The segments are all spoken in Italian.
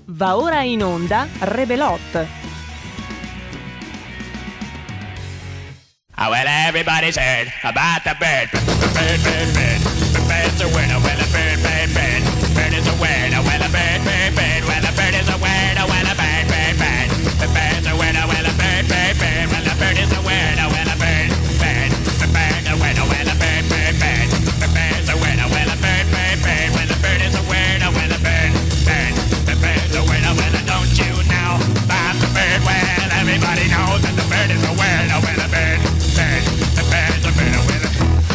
Va ora in onda Rebelot. Oh, well, everybody's heard about the bird. Bird, bird, bird. The bird's a winner. Well, a bird, bird, bird. Bird is a winner. Well, a bird, bird, bird. Well, a bird is a winner. Well, a bird, bird, bird. The bird's a winner. Well, a bird, bird, bird. Well, a bird is a winner. Well, a bird, bird. The bird's a winner. Well, a bird, bird, bird. The bird's a winner. Well, a bird, bird, bird. Well, a bird is a winner. Well, a bird, bird. The bird's a winner. Well, don't you know about the bird? Well, everybody knows that the bird is a winner. Well, a bird. The bird's a winner, winner.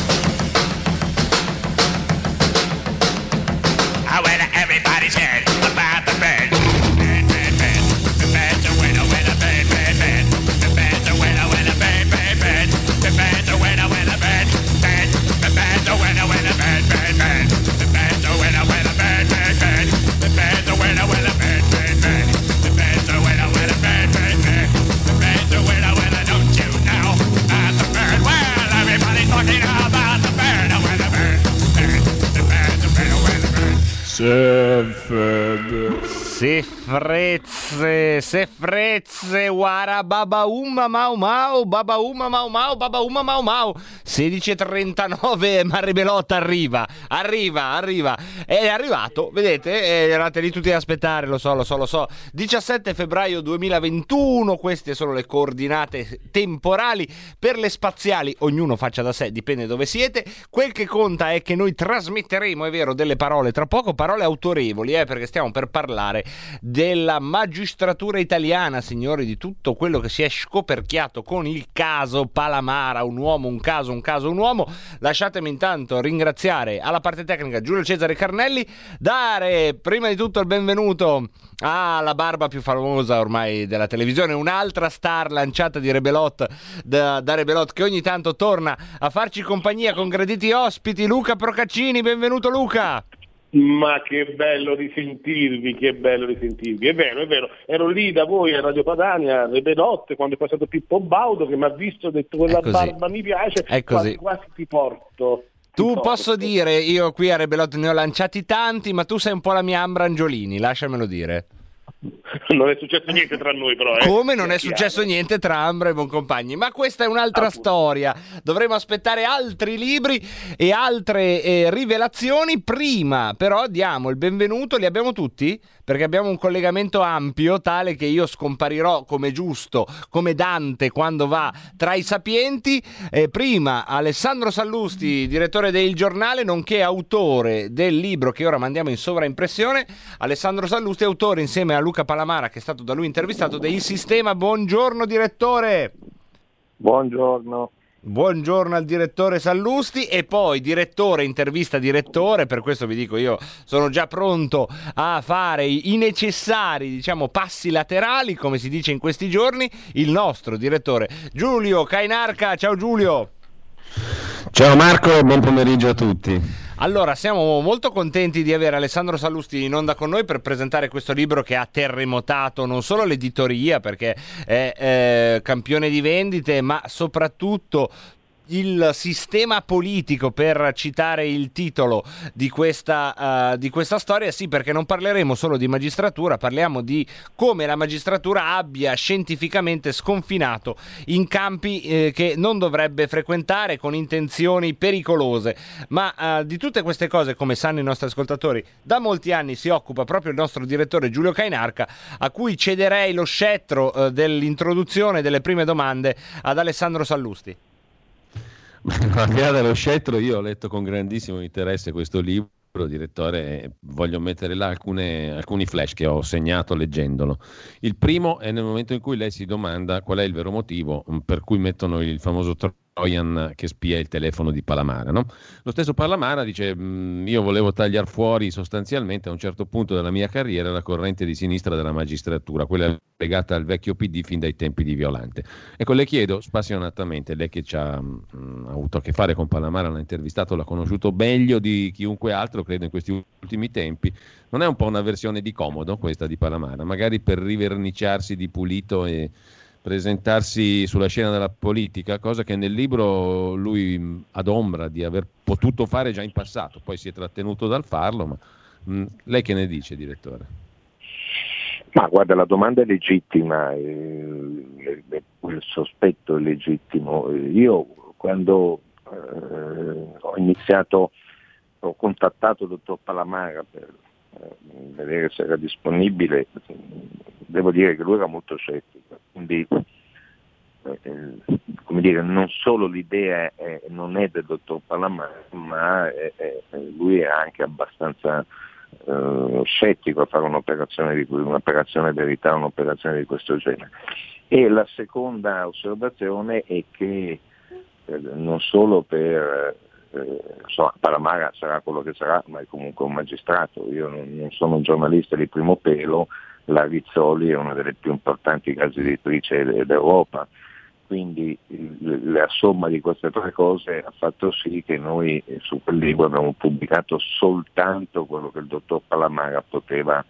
Well, everybody's heard about the bird. Bird, bird, bird. The bird's a winner, winner, bird, bird, bird. The bird's a winner, winner, bird, bird, bird. The bird's a winner, winner, bird, bird. The bird's a winner, winner, bird, bird, bird. The bird's a winner, winner, bird, bird, bird. The bird's a winner, winner, bird, bird, bird. The bird's a winner, winner, bird, bird, bird. The bird's a winner, winner, don't you know about the bird? Well, everybody's talking about the bird, oh, the bird, bird, the bird's a winner, winner, bird. Se wara baba umma mau mau, baba umma mau mau, baba umma mau mau. 16:39 ma Rebelot arriva. È arrivato, vedete, erate lì tutti ad aspettare, lo so. 17 febbraio 2021, queste sono le coordinate temporali. Per le spaziali ognuno faccia da sé, dipende dove siete. Quel che conta è che noi trasmetteremo, è vero, delle parole tra poco, parole autorevoli, perché stiamo per parlare della magistratura italiana, signori, di tutto quello che si è scoperchiato con il caso Palamara, un uomo, un caso, un uomo. Lasciatemi intanto ringraziare alla parte tecnica Giulio Cesare Carnelli, dare prima di tutto il benvenuto alla barba più famosa ormai della televisione, un'altra star lanciata di Rebelot, da Rebelot, che ogni tanto torna a farci compagnia con graditi ospiti, Luca Procaccini. Benvenuto Luca. Ma che bello risentirvi, È vero, ero lì da voi a Radio Padania, Rebelot, quando è passato Pippo Baudo che mi ha visto, ho detto quella barba mi piace, quasi ti porto. Posso dire, io qui a Rebelot ne ho lanciati tanti, ma tu sei un po' la mia Ambra Angiolini, lasciamelo dire. Non è successo niente tra noi però. Come non è successo niente tra Ambra e Boncompagni, ma questa è un'altra storia. Dovremo aspettare altri libri e altre rivelazioni. Prima però diamo il benvenuto, li abbiamo tutti? Perché abbiamo un collegamento ampio tale che io scomparirò come giusto, come Dante quando va tra i sapienti. Prima Alessandro Sallusti, direttore del Giornale, nonché autore del libro che ora mandiamo in sovraimpressione. Alessandro Sallusti, autore insieme a Luca Palamara, che è stato da lui intervistato, del Sistema. Buongiorno direttore. Buongiorno al direttore Sallusti, e poi direttore, intervista direttore, per questo vi dico io sono già pronto a fare i necessari, diciamo, passi laterali, come si dice in questi giorni, il nostro direttore Giulio Cainarca. Ciao Giulio. Ciao Marco, buon pomeriggio a tutti. Allora, siamo molto contenti di avere Alessandro Sallusti in onda con noi per presentare questo libro che ha terremotato non solo l'editoria, perché è campione di vendite, ma soprattutto il sistema politico, per citare il titolo di questa storia. Sì, perché non parleremo solo di magistratura, parliamo di come la magistratura abbia scientificamente sconfinato in campi che non dovrebbe frequentare, con intenzioni pericolose. Ma di tutte queste cose, come sanno i nostri ascoltatori, da molti anni si occupa proprio il nostro direttore Giulio Cainarca, a cui cederei lo scettro dell'introduzione, delle prime domande ad Alessandro Sallusti. Al di là dello scettro, io ho letto con grandissimo interesse questo libro, direttore, e voglio mettere là alcuni flash che ho segnato leggendolo. Il primo è nel momento in cui lei si domanda qual è il vero motivo per cui mettono il famoso Trojan che spia il telefono di Palamara, no? Lo stesso Palamara dice: io volevo tagliare fuori sostanzialmente a un certo punto della mia carriera la corrente di sinistra della magistratura, quella legata al vecchio PD fin dai tempi di Violante. Ecco, le chiedo spassionatamente, lei che ci ha avuto a che fare con Palamara, l'ha intervistato, l'ha conosciuto meglio di chiunque altro, credo, in questi ultimi tempi, non è un po' una versione di comodo questa di Palamara, magari per riverniciarsi di pulito e presentarsi sulla scena della politica, cosa che nel libro lui adombra di aver potuto fare già in passato, poi si è trattenuto dal farlo, ma lei che ne dice, direttore? Ma guarda, la domanda è legittima, il sospetto è legittimo. Io quando ho contattato il dottor Palamara per vedere se era disponibile, devo dire che lui era molto scettico, quindi come dire, non solo l'idea non è del dottor Palamara, ma lui è anche abbastanza scettico a fare un'operazione verità, un'operazione di questo genere. E la seconda osservazione è che non solo per Palamara sarà quello che sarà, ma è comunque un magistrato, io non sono un giornalista di primo pelo, la Rizzoli è una delle più importanti case editrici d'Europa, quindi la somma di queste tre cose ha fatto sì che noi su quel libro abbiamo pubblicato soltanto quello che il dottor Palamara poteva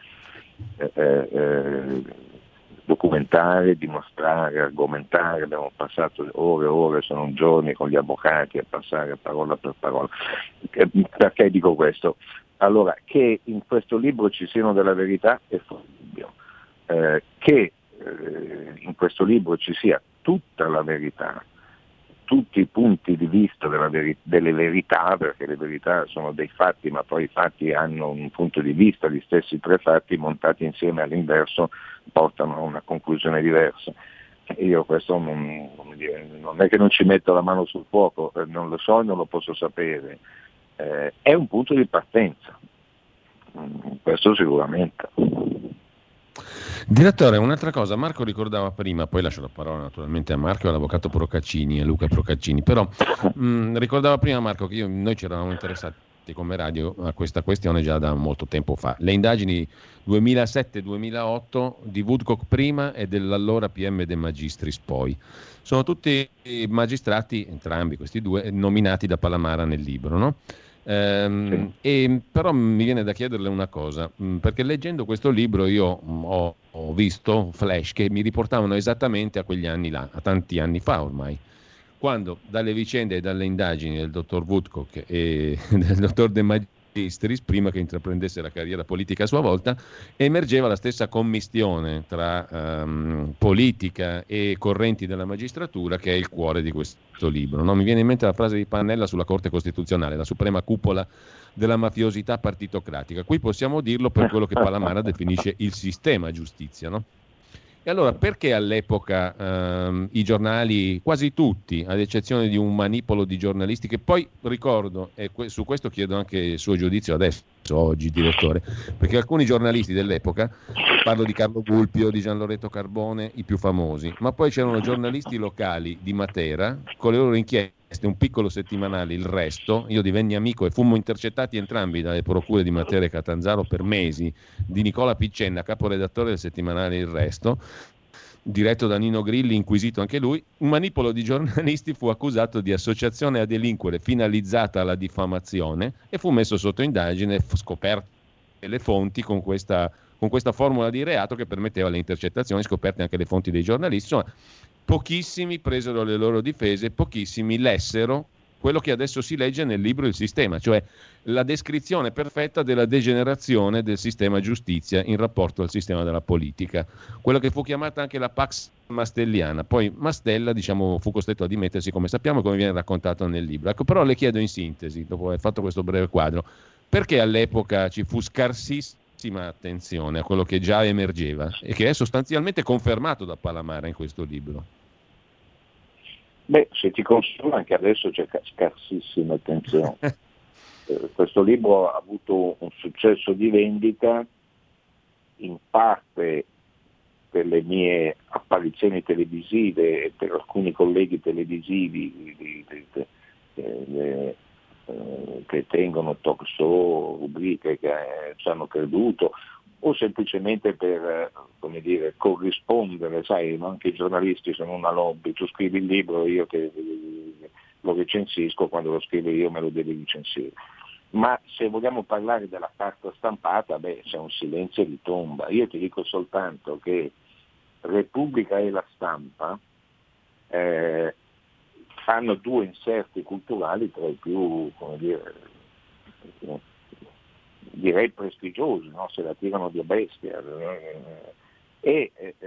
documentare, dimostrare, argomentare. Abbiamo passato ore e ore, sono giorni con gli avvocati a passare parola per parola. Perché dico questo? Allora, che in questo libro ci siano della verità è fuori dubbio, che in questo libro ci sia tutta la verità, tutti i punti di vista delle verità, perché le verità sono dei fatti, ma poi i fatti hanno un punto di vista, gli stessi tre fatti montati insieme all'inverso portano a una conclusione diversa. Io questo non è che non ci metto la mano sul fuoco, non lo so e non lo posso sapere, è un punto di partenza, questo sicuramente. Direttore, un'altra cosa, Marco ricordava prima, poi lascio la parola naturalmente a Marco e all'avvocato Procaccini, a Luca Procaccini, però ricordava prima Marco che noi ci eravamo interessati come radio a questa questione già da molto tempo fa. Le indagini 2007-2008 di Woodcock prima e dell'allora PM De Magistris poi. Sono tutti magistrati, entrambi questi due, nominati da Palamara nel libro, no? E però mi viene da chiederle una cosa, perché leggendo questo libro io ho visto flash che mi riportavano esattamente a quegli anni là, a tanti anni fa ormai, quando dalle vicende e dalle indagini del dottor Woodcock e del dottor De Magistris, prima che intraprendesse la carriera politica a sua volta, emergeva la stessa commistione tra politica e correnti della magistratura, che è il cuore di questo libro, no? Mi viene in mente la frase di Pannella sulla Corte Costituzionale, la suprema cupola della mafiosità partitocratica. Qui possiamo dirlo per quello che Palamara definisce il sistema giustizia, no? E allora perché all'epoca i giornali, quasi tutti, ad eccezione di un manipolo di giornalisti, che poi ricordo, e su questo chiedo anche il suo giudizio adesso, oggi, direttore, perché alcuni giornalisti dell'epoca, parlo di Carlo Vulpio, di Gianloreto Carbone, i più famosi, ma poi c'erano giornalisti locali di Matera, con le loro inchieste, un piccolo settimanale, Il Resto, io divenni amico e fummo intercettati entrambi dalle procure di Matera e Catanzaro per mesi, di Nicola Piccenna, caporedattore del settimanale Il Resto, diretto da Nino Grilli, inquisito anche lui. Un manipolo di giornalisti fu accusato di associazione a delinquere finalizzata alla diffamazione e fu messo sotto indagine, scoperte le fonti con questa formula di reato che permetteva le intercettazioni, scoperte anche le fonti dei giornalisti. Insomma, pochissimi presero le loro difese, pochissimi lessero quello che adesso si legge nel libro Il Sistema, cioè la descrizione perfetta della degenerazione del sistema giustizia in rapporto al sistema della politica, quello che fu chiamata anche la Pax Mastelliana. Poi Mastella, diciamo, fu costretto a dimettersi, come sappiamo, come viene raccontato nel libro. Ecco, però le chiedo in sintesi, dopo aver fatto questo breve quadro, perché all'epoca ci fu scarsissima attenzione a quello che già emergeva e che è sostanzialmente confermato da Palamara in questo libro? Beh, se ti consola, anche adesso c'è scarsissima attenzione. Questo libro ha avuto un successo di vendita in parte per le mie apparizioni televisive e per alcuni colleghi televisivi che tengono talk show, rubriche che ci hanno creduto, o semplicemente per, come dire, corrispondere, sai, anche i giornalisti sono una lobby, tu scrivi il libro, io che lo recensisco, quando lo scrivo io me lo devi recensire. Ma se vogliamo parlare della carta stampata, c'è un silenzio di tomba. Io ti dico soltanto che Repubblica e La Stampa fanno due inserti culturali tra i più, come dire, direi prestigiosi, no? Se la tirano di bestia. e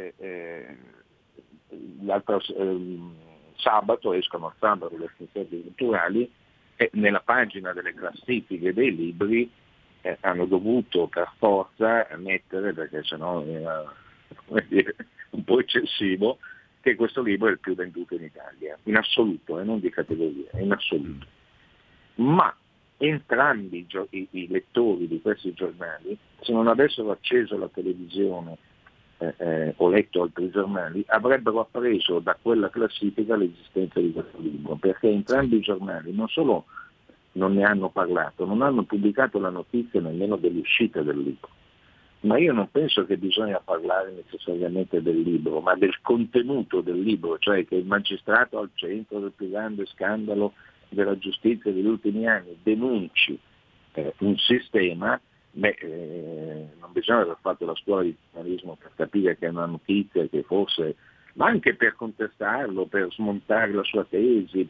l'altro sabato escono sabato le Stafette culturali e nella pagina delle classifiche dei libri hanno dovuto per forza mettere, perché sennò era un po' eccessivo, che questo libro è il più venduto in Italia, in assoluto, non di categoria, in assoluto. Ma entrambi i lettori di questi giornali, se non avessero acceso la televisione o letto altri giornali, avrebbero appreso da quella classifica l'esistenza di questo libro, perché entrambi i giornali non solo non ne hanno parlato, non hanno pubblicato la notizia nemmeno dell'uscita del libro. Ma io non penso che bisogna parlare necessariamente del libro, ma del contenuto del libro, cioè che il magistrato al centro del più grande scandalo della giustizia degli ultimi anni denunci un sistema. Non bisogna aver fatto la scuola di giornalismo per capire che è una notizia che forse, ma anche per contestarlo, per smontare la sua tesi,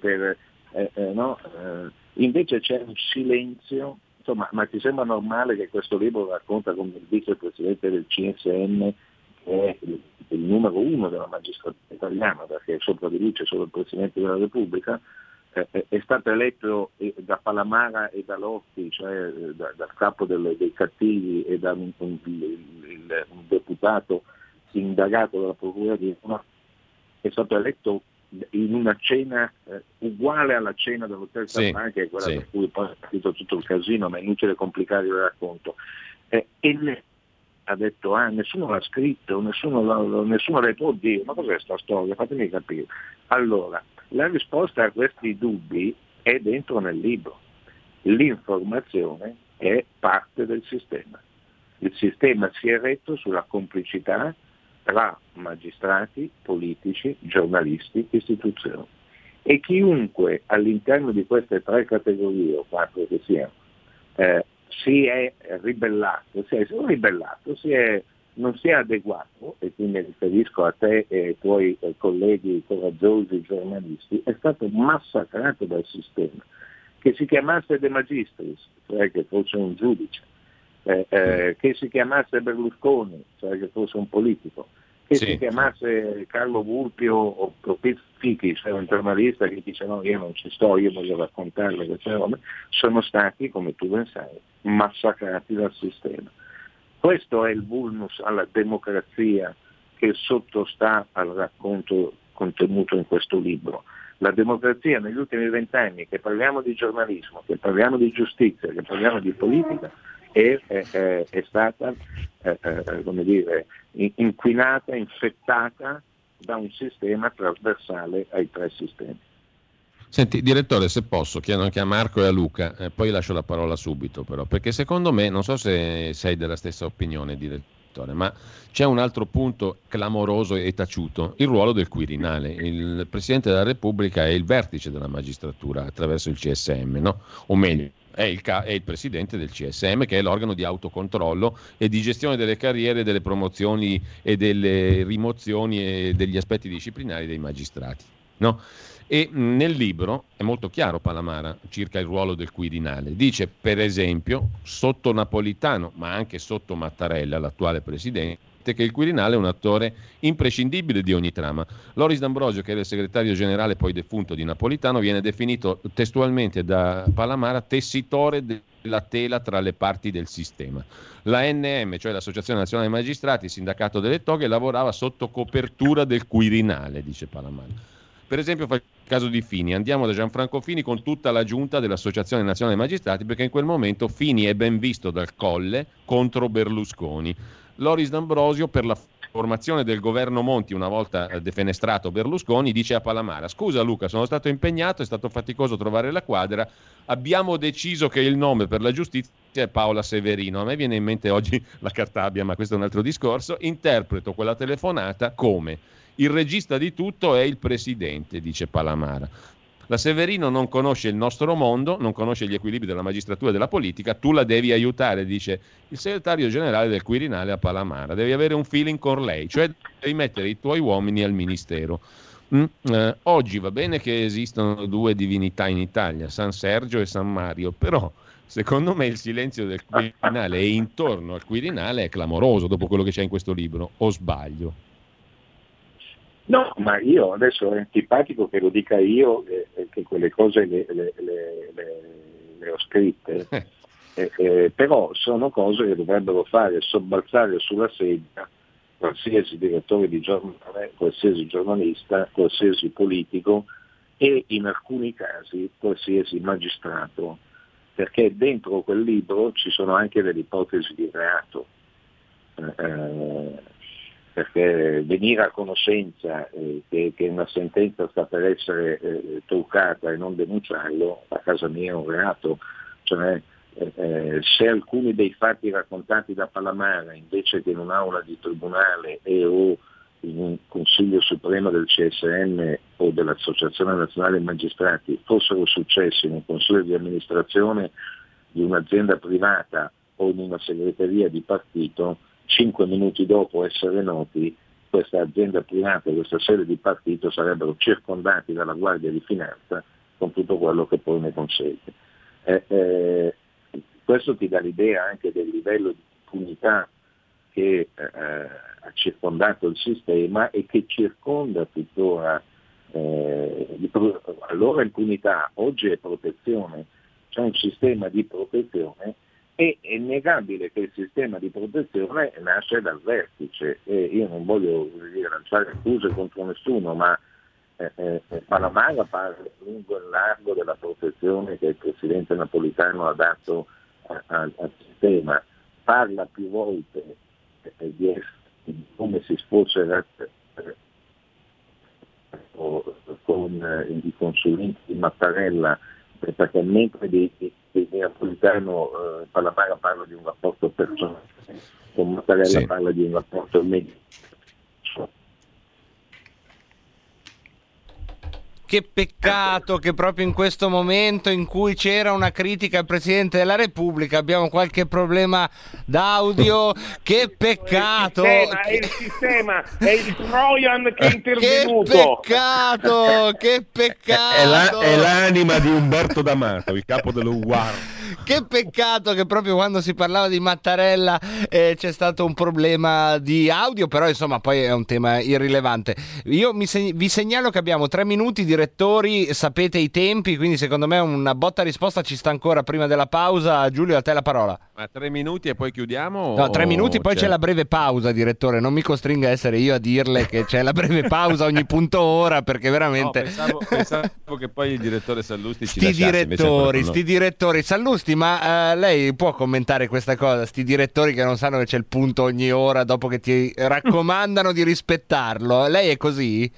invece c'è un silenzio. Insomma, ma ti sembra normale che questo libro racconta come il vicepresidente del CSM, che è il numero uno della magistratura italiana, perché sopra di lui c'è solo il Presidente della Repubblica, è stato eletto da Palamara e da Lotti, cioè dal capo dei cattivi e da un deputato indagato dalla Procura di Roma, è stato eletto in una cena uguale alla cena dell'Hotel Safran, che è quella per cui poi è partito tutto il casino, ma è inutile complicare il racconto. E ha detto nessuno l'ha scritto, nessuno l'ha detto, oddio, ma cos'è sta storia? Fatemi capire. Allora, la risposta a questi dubbi è dentro nel libro. L'informazione è parte del sistema. Il sistema si è retto sulla complicità tra magistrati, politici, giornalisti, istituzioni. E chiunque all'interno di queste tre categorie, o quattro che siano, si è ribellato, non si è adeguato, e qui mi riferisco a te e ai tuoi colleghi coraggiosi giornalisti, è stato massacrato dal sistema. Che si chiamasse De Magistris, cioè che fosse un giudice, che si chiamasse Berlusconi, cioè che fosse un politico, che si chiamasse Carlo Vulpio o Fichi, cioè un giornalista che dice no, io non ci sto, io voglio raccontarle queste robe, sono stati, come tu ben sai, massacrati dal sistema. Questo è il vulnus alla democrazia che sottostà al racconto contenuto in questo libro. La democrazia negli ultimi 20 anni, che parliamo di giornalismo, che parliamo di giustizia, che parliamo di politica, è stata inquinata, infettata da un sistema trasversale ai tre sistemi. Senti, direttore, se posso, chiedo anche a Marco e a Luca, poi lascio la parola subito però, perché secondo me, non so se sei della stessa opinione, direttore, ma c'è un altro punto clamoroso e taciuto, il ruolo del Quirinale. Il Presidente della Repubblica è il vertice della magistratura attraverso il CSM, no? O meglio, è il presidente del CSM, che è l'organo di autocontrollo e di gestione delle carriere, delle promozioni e delle rimozioni e degli aspetti disciplinari dei magistrati, no? E nel libro è molto chiaro Palamara circa il ruolo del Quirinale. Dice, per esempio, sotto Napolitano, ma anche sotto Mattarella, l'attuale presidente, che il Quirinale è un attore imprescindibile di ogni trama. Loris D'Ambrosio, che era il segretario generale poi defunto di Napolitano, viene definito testualmente da Palamara tessitore della tela tra le parti del sistema. La NM, cioè l'Associazione Nazionale dei Magistrati, il sindacato delle toghe, lavorava sotto copertura del Quirinale, dice Palamara. Per esempio, fa il caso di Fini. Andiamo da Gianfranco Fini con tutta la giunta dell'Associazione Nazionale dei Magistrati, perché in quel momento Fini è ben visto dal Colle contro Berlusconi. Loris D'Ambrosio, per la formazione del governo Monti, una volta defenestrato Berlusconi, dice a Palamara: scusa Luca, sono stato impegnato, è stato faticoso trovare la quadra, abbiamo deciso che il nome per la giustizia è Paola Severino. A me viene in mente oggi la Cartabia, ma questo è un altro discorso. Interpreto quella telefonata come: il regista di tutto è il presidente, dice Palamara. La Severino non conosce il nostro mondo, non conosce gli equilibri della magistratura e della politica, tu la devi aiutare, dice il segretario generale del Quirinale a Palamara. Devi avere un feeling con lei, cioè devi mettere i tuoi uomini al ministero. Oggi va bene che esistono due divinità in Italia, San Sergio e San Mario, però secondo me il silenzio del Quirinale e intorno al Quirinale è clamoroso dopo quello che c'è in questo libro, o sbaglio? No, ma io adesso è antipatico che lo dica io, che quelle cose le ho scritte, però sono cose che dovrebbero fare sobbalzare sulla sedia qualsiasi direttore di giornale, qualsiasi giornalista, qualsiasi politico e in alcuni casi qualsiasi magistrato, perché dentro quel libro ci sono anche delle ipotesi di reato. Perché venire a conoscenza che una sentenza sta per essere truccata e non denunciarlo, a casa mia è un reato. Cioè, se alcuni dei fatti raccontati da Palamara, invece che in un'aula di tribunale o in un Consiglio Supremo del CSM o dell'Associazione Nazionale Magistrati, fossero successi in un consiglio di amministrazione di un'azienda privata o in una segreteria di partito, 5 minuti dopo essere noti, questa azienda privata e questa sede di partito sarebbero circondati dalla Guardia di Finanza con tutto quello che poi ne consegue. Questo ti dà l'idea anche del livello di impunità che ha circondato il sistema e che circonda tuttora. Allora impunità, oggi è protezione, c'è un sistema di protezione. E è innegabile che il sistema di protezione nasce dal vertice, e io non voglio lanciare accuse contro nessuno, ma Palamara parla lungo e largo della protezione che il presidente Napolitano ha dato al sistema, parla più volte di come si sfosse con i consulenti di Mattarella, perché mentre di Napolitano Palamara parla di un rapporto personale, con Mattarella parla di un rapporto medico. Che peccato che proprio in questo momento in cui c'era una critica al Presidente della Repubblica abbiamo qualche problema d'audio. Che peccato! È il sistema, è il Trojan che è intervenuto. Che peccato! È l'anima di Umberto D'Amato, il capo dello UAR. Che peccato che proprio quando si parlava di Mattarella c'è stato un problema di audio, però insomma poi è un tema irrilevante. Io vi segnalo che abbiamo 3 minuti, direttori, sapete i tempi, quindi secondo me una botta risposta ci sta ancora prima della pausa. Giulio, a te la parola. Ma 3 minuti e poi chiudiamo? No, 3 minuti, poi c'è la breve pausa, direttore. Non mi costringa a essere io a dirle che c'è la breve pausa ogni punto ora, perché veramente... No, pensavo che poi il direttore Sallusti ci lasciasse. Sti direttori. Sallusti, ma lei può commentare questa cosa? Sti direttori che non sanno che c'è il punto ogni ora dopo che ti raccomandano di rispettarlo. Lei è così?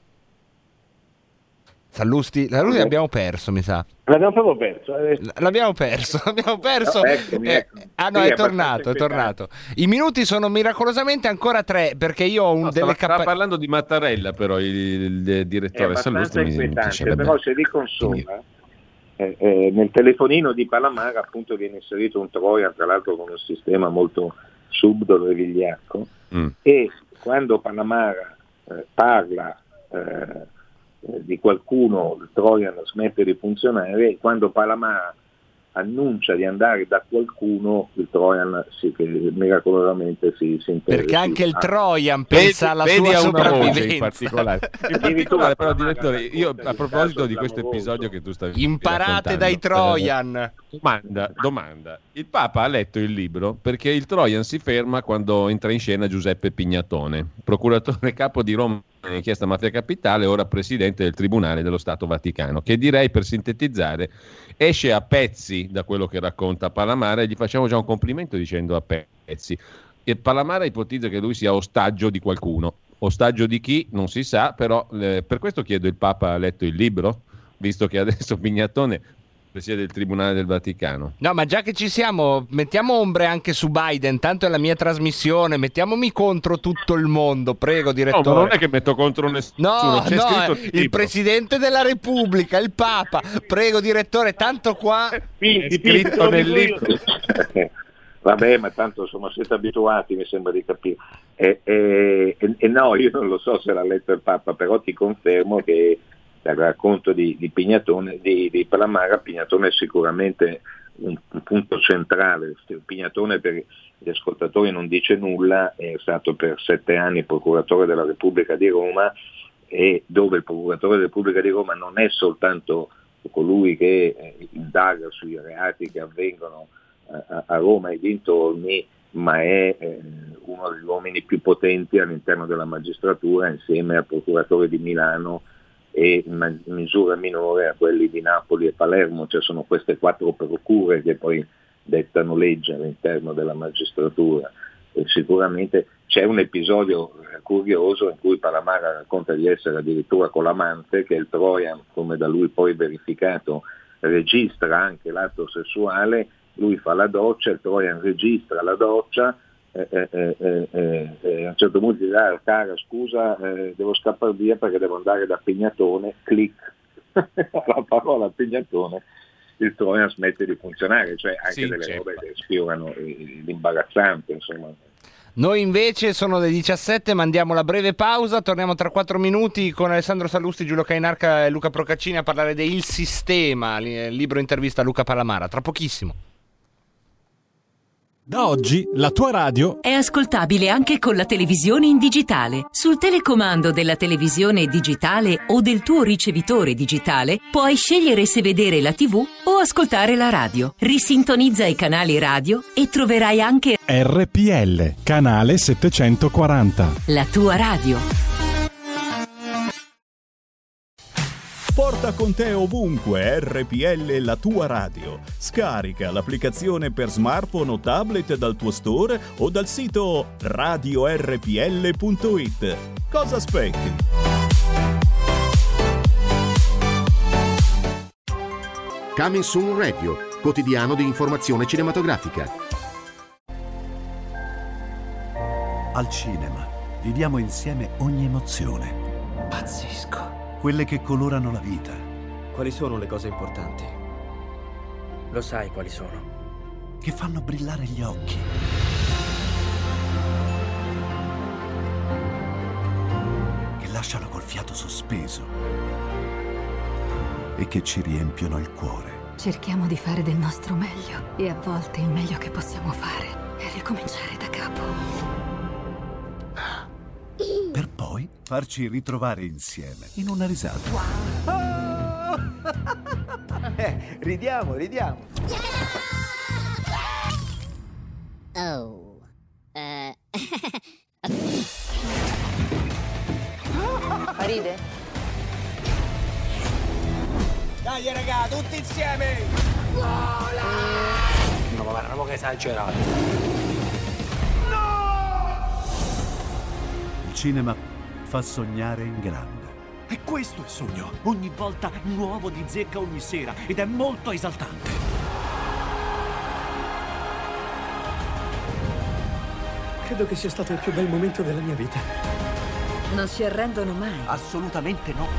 Sallusti l'abbiamo perso, mi sa. L'abbiamo proprio perso. L'abbiamo perso. No, eccomi. No, è tornato. I minuti sono miracolosamente ancora 3, perché io ho stava parlando di Mattarella, però il direttore Sallusti mi inquietante, però se li consuma. Nel telefonino di Palamara appunto viene inserito un Trojan, tra l'altro con un sistema molto subdolo e vigliacco, e quando Palamara parla di qualcuno, il Trojan smette di funzionare, e quando Palamara annuncia di andare da qualcuno, il Trojan miracolosamente si interessa. Perché anche il Trojan pensa alla sua sopravvivenza in particolare. Però direttore, io a proposito di questo episodio che tu stavi imparate dai Trojan. Domanda. Il Papa ha letto il libro perché il Trojan si ferma quando entra in scena Giuseppe Pignatone, procuratore capo di Roma in inchiesta mafia capitale, ora presidente del Tribunale dello Stato Vaticano, che direi, per sintetizzare, esce a pezzi da quello che racconta Palamara, e gli facciamo già un complimento dicendo a pezzi. E Palamara ipotizza che lui sia ostaggio di qualcuno. Ostaggio di chi? Non si sa, però per questo chiedo: il Papa ha letto il libro? Visto che adesso Pignatone presiede il Tribunale del Vaticano. No, ma già che ci siamo, mettiamo ombre anche su Biden, tanto è la mia trasmissione, mettiamomi contro tutto il mondo, prego direttore. No, ma non è che metto contro nessuno. No, c'è scritto il Presidente della Repubblica, il Papa, prego direttore, tanto qua è scritto nel libro. Vabbè, ma tanto insomma siete abituati, mi sembra di capire. No, io non lo so se l'ha letto il Papa, però ti confermo che dal racconto di Pignatone, di Palamara, Pignatone è sicuramente un punto centrale. Pignatone, per gli ascoltatori non dice nulla, è stato per 7 anni procuratore della Repubblica di Roma, e dove il procuratore della Repubblica di Roma non è soltanto colui che indaga sui reati che avvengono a Roma e dintorni, ma è uno degli uomini più potenti all'interno della magistratura, insieme al procuratore di Milano e in misura minore a quelli di Napoli e Palermo. Cioè sono queste 4 procure che poi dettano legge all'interno della magistratura. E sicuramente c'è un episodio curioso in cui Palamara racconta di essere addirittura con l'amante, che il Trojan, come da lui poi verificato, registra anche l'atto sessuale. Lui fa la doccia, il Trojan registra la doccia, a un certo punto dirà: cara, scusa, devo scappare via perché devo andare da Pignatone, clic, la parola Pignatone, il Trojan smette di funzionare. Cioè anche delle robe che sfiorano l'imbarazzante, insomma. Noi invece sono le 17, mandiamo la breve pausa, torniamo tra 4 minuti con Alessandro Sallusti, Giulio Cainarca e Luca Procaccini a parlare di Il Sistema, il libro intervista a Luca Palamara, tra pochissimo. Da oggi la tua radio è ascoltabile anche con la televisione in digitale. Sul telecomando della televisione digitale o del tuo ricevitore digitale puoi scegliere se vedere la TV o ascoltare la radio. Risintonizza i canali radio e troverai anche RPL, canale 740. La tua radio. Porta con te ovunque RPL, la tua radio. Scarica l'applicazione per smartphone o tablet dal tuo store o dal sito radiorpl.it. Cosa aspetti? Coming Soon Radio, quotidiano di informazione cinematografica. Al cinema viviamo insieme ogni emozione. Pazzesco. Quelle che colorano la vita. Quali sono le cose importanti? Lo sai quali sono. Che fanno brillare gli occhi. Che lasciano col fiato sospeso. E che ci riempiono il cuore. Cerchiamo di fare del nostro meglio. E a volte il meglio che possiamo fare è ricominciare da capo. Per poi farci ritrovare insieme in una risata. Ridiamo. Oh. Ride? Dai raga, tutti insieme! Vola! No, ma guarda, che esagerato. Il cinema fa sognare in grande. E questo è il sogno. Ogni volta nuovo di zecca ogni sera ed è molto esaltante. Credo che sia stato il più bel momento della mia vita. Non si arrendono mai. Assolutamente no.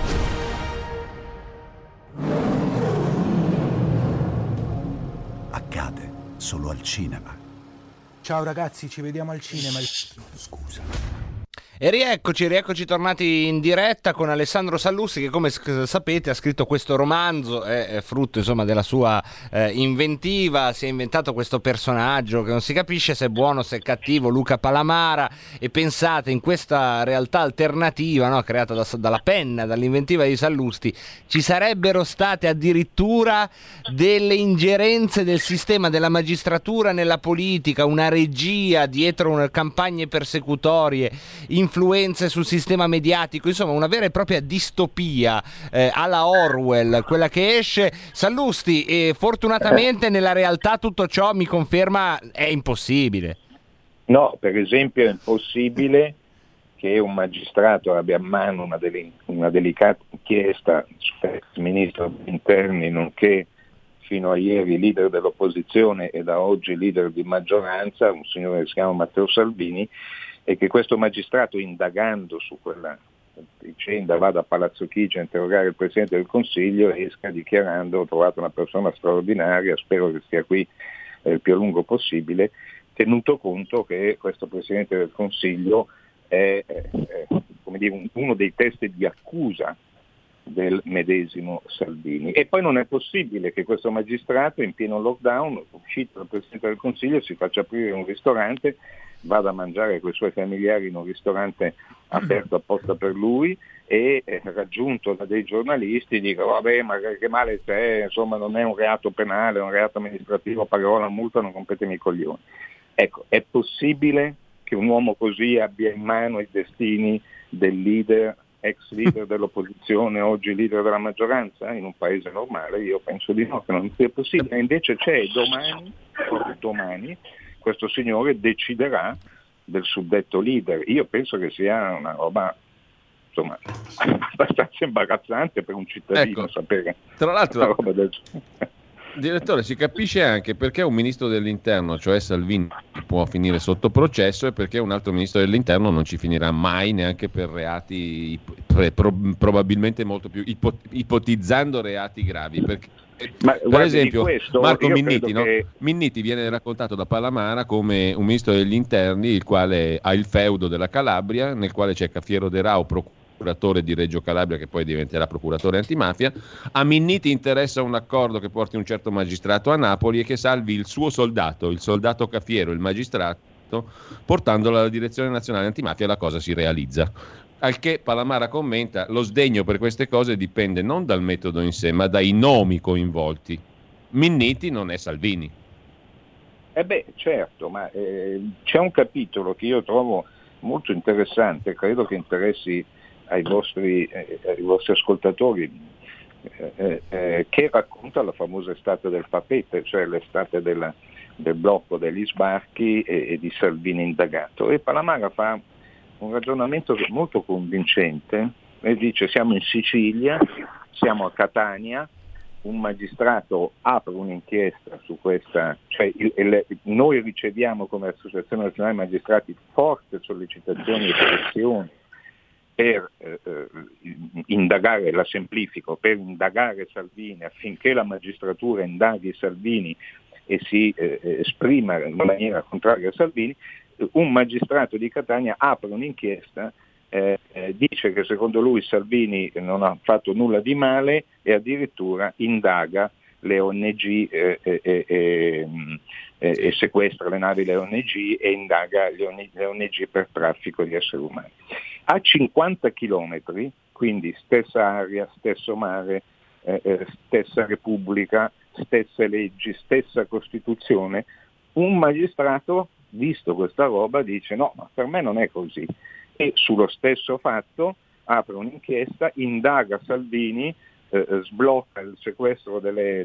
Accade solo al cinema. Ciao ragazzi, ci vediamo al cinema. Scusa. E rieccoci tornati in diretta con Alessandro Sallusti, che come sapete ha scritto questo romanzo, è frutto insomma della sua inventiva. Si è inventato questo personaggio che non si capisce se è buono, se è cattivo, Luca Palamara, e pensate, in questa realtà alternativa, no, creata dalla penna, dall'inventiva di Sallusti, ci sarebbero state addirittura delle ingerenze del sistema della magistratura nella politica, una regia dietro campagne persecutorie, influenze sul sistema mediatico, insomma una vera e propria distopia alla Orwell, quella che esce. Sallusti, e fortunatamente nella realtà tutto ciò, mi conferma, è impossibile. No, per esempio è impossibile che un magistrato abbia a mano una delicata inchiesta sull'ex ministro degli interni, nonché fino a ieri leader dell'opposizione e da oggi leader di maggioranza, un signore che si chiama Matteo Salvini, e che questo magistrato, indagando su quella vicenda, vada a Palazzo Chigi a interrogare il Presidente del Consiglio e esca dichiarando: ho trovato una persona straordinaria, spero che stia qui il più a lungo possibile, tenuto conto che questo Presidente del Consiglio è come dire, uno dei testi di accusa del medesimo Salvini. E poi non è possibile che questo magistrato in pieno lockdown, uscito dal Presidente del Consiglio, si faccia aprire un ristorante, vada a mangiare con i suoi familiari in un ristorante aperto apposta per lui e raggiunto da dei giornalisti dica vabbè ma che male c'è, insomma non è un reato penale, è un reato amministrativo, pagherò la multa, non rompetemi i coglioni. Ecco, è possibile che un uomo così abbia in mano i destini del leader, ex leader dell'opposizione, oggi leader della maggioranza, in un paese normale? Io penso di no, che non sia possibile. E invece c'è domani questo signore deciderà del suddetto leader. Io penso che sia una roba insomma abbastanza imbarazzante per un cittadino, sapere tra l'altro una roba del Direttore, si capisce anche perché un ministro dell'interno, cioè Salvini, può finire sotto processo e perché un altro ministro dell'interno non ci finirà mai, neanche per reati probabilmente molto più ipotizzando reati gravi. Perché, per esempio, Marco Minniti, no? Minniti viene raccontato da Palamara come un ministro degli interni il quale ha il feudo della Calabria, nel quale c'è Cafiero De Rao, procuratore di Reggio Calabria, che poi diventerà procuratore antimafia. A Minniti interessa un accordo che porti un certo magistrato a Napoli e che salvi il suo soldato, il soldato Cafiero, il magistrato, portandolo alla direzione nazionale antimafia, e la cosa si realizza. Al che Palamara commenta: lo sdegno per queste cose dipende non dal metodo in sé, ma dai nomi coinvolti. Minniti non è Salvini. Certo, ma c'è un capitolo che io trovo molto interessante, credo che interessi ai vostri ascoltatori, che racconta la famosa estate del Papeete, cioè l'estate del blocco degli sbarchi e di Salvini indagato. E Palamara fa un ragionamento molto convincente e dice: siamo in Sicilia, siamo a Catania, un magistrato apre un'inchiesta su questa, cioè noi riceviamo come Associazione Nazionale Magistrati forti sollecitazioni e pressioni per indagare, la semplifico, per indagare Salvini, affinché la magistratura indaghi Salvini e si esprima in maniera contraria a Salvini. Un magistrato di Catania apre un'inchiesta, dice che secondo lui Salvini non ha fatto nulla di male e addirittura indaga le ONG e sequestra le navi delle ONG e indaga le ONG per traffico di esseri umani. A 50 chilometri, quindi stessa aria, stesso mare, stessa Repubblica, stesse leggi, stessa Costituzione, un magistrato, visto questa roba, dice no, ma per me non è così. E sullo stesso fatto apre un'inchiesta, indaga Salvini, sblocca il sequestro delle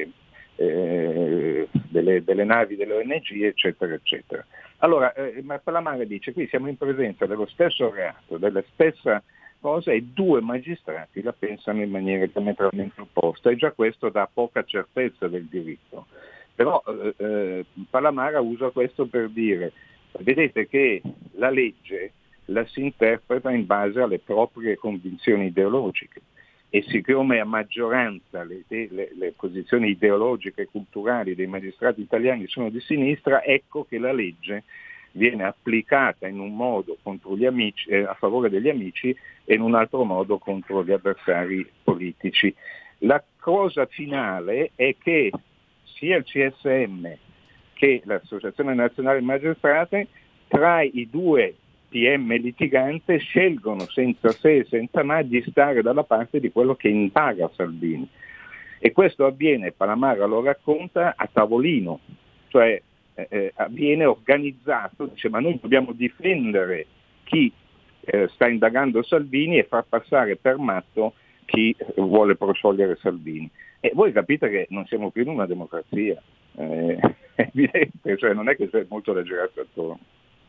navi delle ONG, eccetera, eccetera. Allora, Palamara dice: qui siamo in presenza dello stesso reato, della stessa cosa, e due magistrati la pensano in maniera diametralmente opposta, e già questo dà poca certezza del diritto. Però Palamara usa questo per dire: vedete che la legge la si interpreta in base alle proprie convinzioni ideologiche, e siccome a maggioranza le posizioni ideologiche e culturali dei magistrati italiani sono di sinistra, ecco che la legge viene applicata in un modo contro gli amici, a favore degli amici, e in un altro modo contro gli avversari politici. La cosa finale è che sia il CSM che l'Associazione Nazionale Magistrati, tra i due PM litigante, scelgono senza se e senza ma di stare dalla parte di quello che indaga Salvini. E questo avviene, Palamara lo racconta, a tavolino, cioè avviene organizzato, dice: ma noi dobbiamo difendere chi sta indagando Salvini e far passare per matto chi vuole proscioglie Salvini. E voi capite che non siamo più in una democrazia, è evidente, cioè non è che c'è molto da girarsi attorno.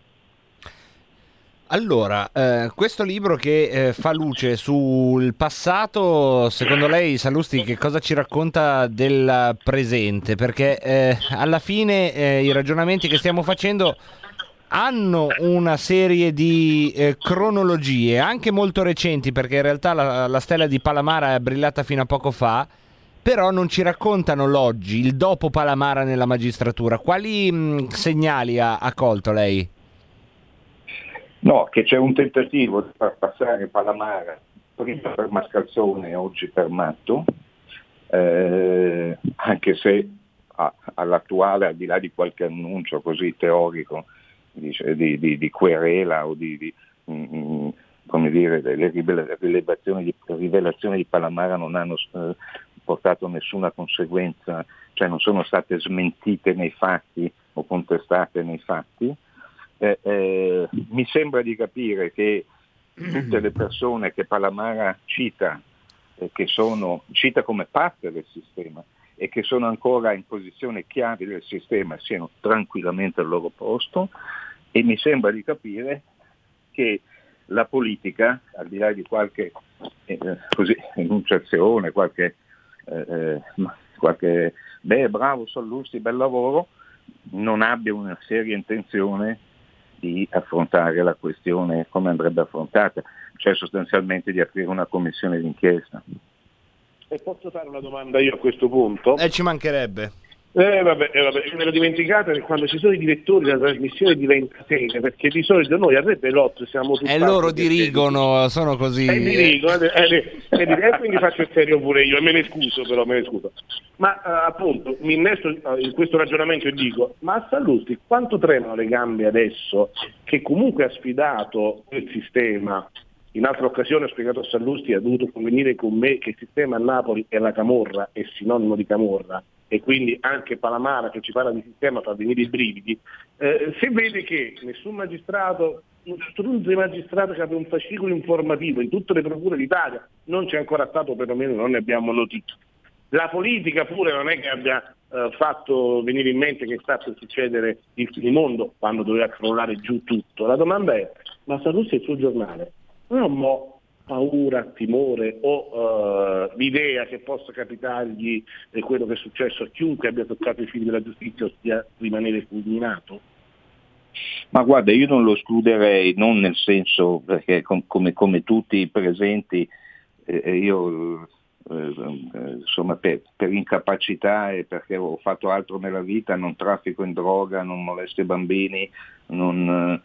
Allora, questo libro che fa luce sul passato, secondo lei, Sallusti, che cosa ci racconta del presente? Perché alla fine i ragionamenti che stiamo facendo hanno una serie di cronologie, anche molto recenti, perché in realtà la stella di Palamara è brillata fino a poco fa, però non ci raccontano l'oggi, il dopo Palamara nella magistratura. Quali segnali ha colto lei? No, che c'è un tentativo di far passare Palamara prima per mascalzone e oggi per matto, anche se all'attuale, al di là di qualche annuncio così teorico di querela o come dire, le rivelazioni di Palamara non hanno portato nessuna conseguenza, cioè non sono state smentite nei fatti o contestate nei fatti. Mi sembra di capire che tutte le persone che Palamara cita come parte del sistema e che sono ancora in posizione chiave del sistema siano tranquillamente al loro posto, e mi sembra di capire che la politica, al di là di qualche enunciazione, qualche bravo Sallusti, bel lavoro, non abbia una seria intenzione di affrontare la questione come andrebbe affrontata, cioè sostanzialmente di aprire una commissione d'inchiesta. E posso fare una domanda io a questo punto? Ci mancherebbe. Vabbè, me l'ho dimenticata, che quando ci sono i direttori la trasmissione diventa seria, perché di solito noi a Rebbe Lot siamo tutti... E loro dirigono, sono così... e quindi faccio il serio pure io, e me ne scuso. Ma appunto, mi innesto in questo ragionamento e dico, ma a Sallusti quanto tremano le gambe adesso, che comunque ha sfidato il sistema? In altra occasione ho spiegato a Sallusti, ha dovuto convenire con me che il sistema a Napoli è la camorra, è sinonimo di camorra, e quindi anche Palamara che ci parla di sistema fa venire i brividi. Se vede che nessun magistrato, un strunzo di magistrato che abbia un fascicolo informativo in tutte le procure d'Italia, non c'è ancora stato, perlomeno non ne abbiamo notizie. La politica pure non è che abbia fatto venire in mente che sta per succedere il finimondo quando doveva crollare giù tutto. La domanda è, ma Sallusti e il suo giornale non ho paura, timore o l'idea che possa capitargli quello che è successo a chiunque abbia toccato i fili della giustizia, ossia rimanere fulminato? Ma guarda, io non lo escluderei, non nel senso, perché come tutti i presenti io insomma per incapacità e perché ho fatto altro nella vita, non traffico in droga, non molesto i bambini, non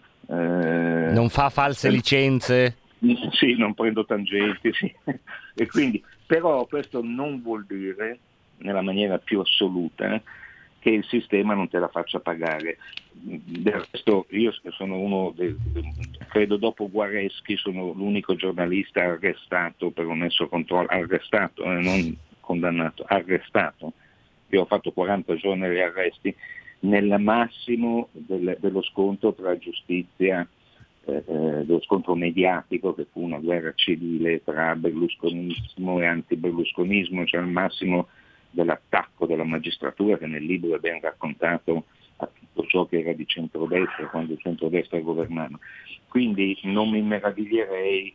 fa false licenze. Sì, non prendo tangenti, sì. E quindi, però questo non vuol dire, nella maniera più assoluta, che il sistema non te la faccia pagare. Del resto io sono uno, credo dopo Guareschi, sono l'unico giornalista arrestato per omesso controllo, arrestato, non condannato, arrestato. Io ho fatto 40 giorni di arresti nel massimo dello scontro tra giustizia, dello scontro mediatico, che fu una guerra civile tra berlusconismo e anti-berlusconismo, cioè al massimo dell'attacco della magistratura, che nel libro è ben raccontato, a tutto ciò che era di centrodestra quando il centrodestra governava. Quindi non mi meraviglierei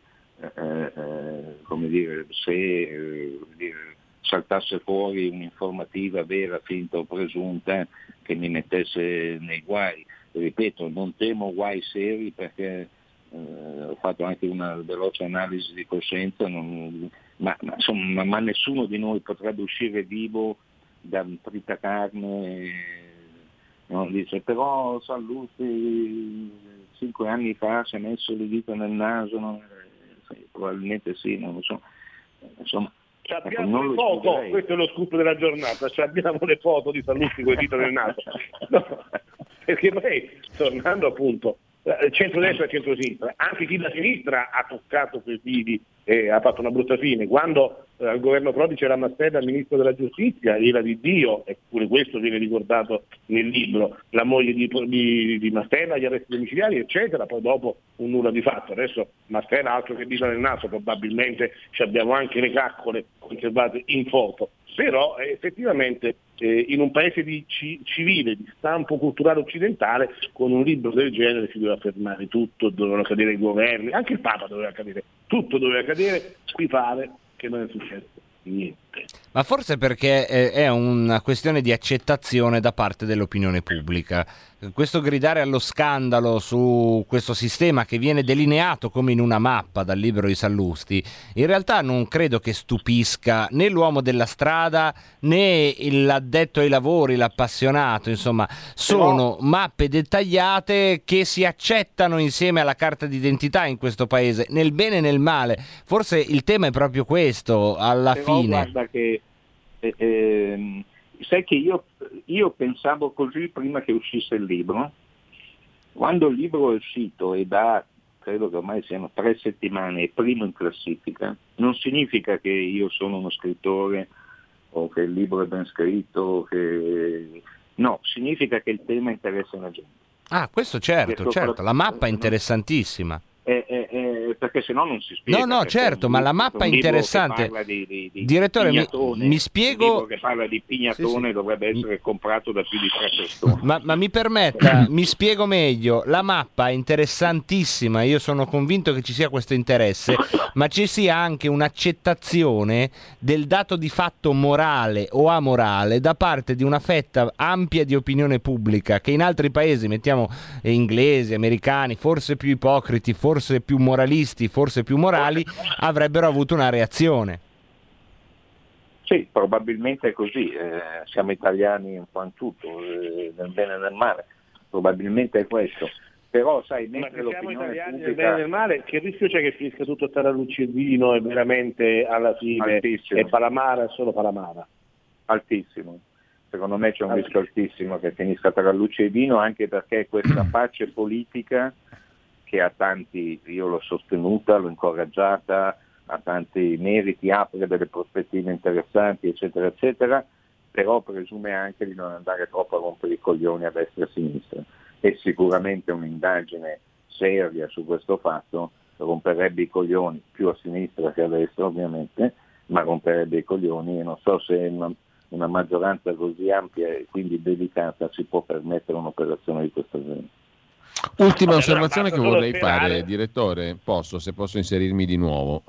come dire, se saltasse fuori un'informativa vera, finta o presunta, che mi mettesse nei guai. Ripeto, non temo guai seri, perché ho fatto anche una veloce analisi di coscienza, ma nessuno di noi potrebbe uscire vivo da trita carne. No? Dice, però Sallusti 5 anni fa si è messo le dita nel naso, no? Probabilmente sì, non lo so. Insomma, abbiamo le foto, questo è lo scoop della giornata, abbiamo le foto di Sallusti con le dita nel naso. No, perché poi, tornando appunto, centrodestra e centrosinistra, anche chi da sinistra ha toccato quei fili e ha fatto una brutta fine. Quando al governo Prodi c'era Mastella, il ministro della giustizia, era di Dio, e pure questo viene ricordato nel libro, la moglie di Mastella, gli arresti domiciliari eccetera, poi dopo un nulla di fatto. Adesso Mastella altro che dita nel naso, probabilmente ci abbiamo anche le caccole conservate in foto, però effettivamente in un paese civile, di stampo culturale occidentale, con un libro del genere si doveva fermare tutto, dovevano cadere i governi, anche il Papa doveva cadere, tutto doveva cadere. Qui pare che non è successo niente. Ma forse perché è una questione di accettazione da parte dell'opinione pubblica. Questo gridare allo scandalo su questo sistema che viene delineato come in una mappa dal libro di Sallusti, in realtà non credo che stupisca né l'uomo della strada né l'addetto ai lavori, l'appassionato, insomma, sono mappe dettagliate che si accettano insieme alla carta d'identità in questo paese, nel bene e nel male. Forse il tema è proprio questo, alla fine. Guarda che sai che io pensavo così prima che uscisse il libro. Quando il libro è uscito e credo che ormai siano 3 settimane, è primo in classifica, non significa che io sono uno scrittore o che il libro è ben scritto, no, significa che il tema interessa la gente. Ah, questo certo, la mappa è interessantissima. Perché sennò non si spiega. No, certo, ma la mappa è interessante. Direttore, mi spiego. Un libro che parla di Pignatone dovrebbe essere comprato da più di 3 persone. Ma mi permetta, mi spiego meglio. La mappa è interessantissima, io sono convinto che ci sia questo interesse, ma ci sia anche un'accettazione del dato di fatto morale o amorale da parte di una fetta ampia di opinione pubblica che in altri paesi, mettiamo inglesi, americani, forse più ipocriti, forse più moralisti, forse più morali, avrebbero avuto una reazione. Sì, probabilmente è così, siamo italiani un po' in tutto, nel bene e nel male, probabilmente è questo. Però sai, mentre siamo italiani nel bene e nel male, che rischio c'è che finisca tutto tra luce e vino e veramente alla fine altissimo. È Palamara, è solo Palamara? Altissimo. Secondo me c'è un rischio altissimo che finisca tra luce e vino, anche perché questa pace politica che a tanti, io l'ho sostenuta, l'ho incoraggiata, ha tanti meriti, apre delle prospettive interessanti, eccetera, eccetera, però presume anche di non andare troppo a rompere i coglioni a destra e a sinistra. E sicuramente un'indagine seria su questo fatto romperebbe i coglioni, più a sinistra che a destra ovviamente, ma romperebbe i coglioni, e non so se una maggioranza così ampia e quindi delicata si può permettere un'operazione di questo genere. Ultima osservazione che vorrei fare, direttore, se posso inserirmi di nuovo.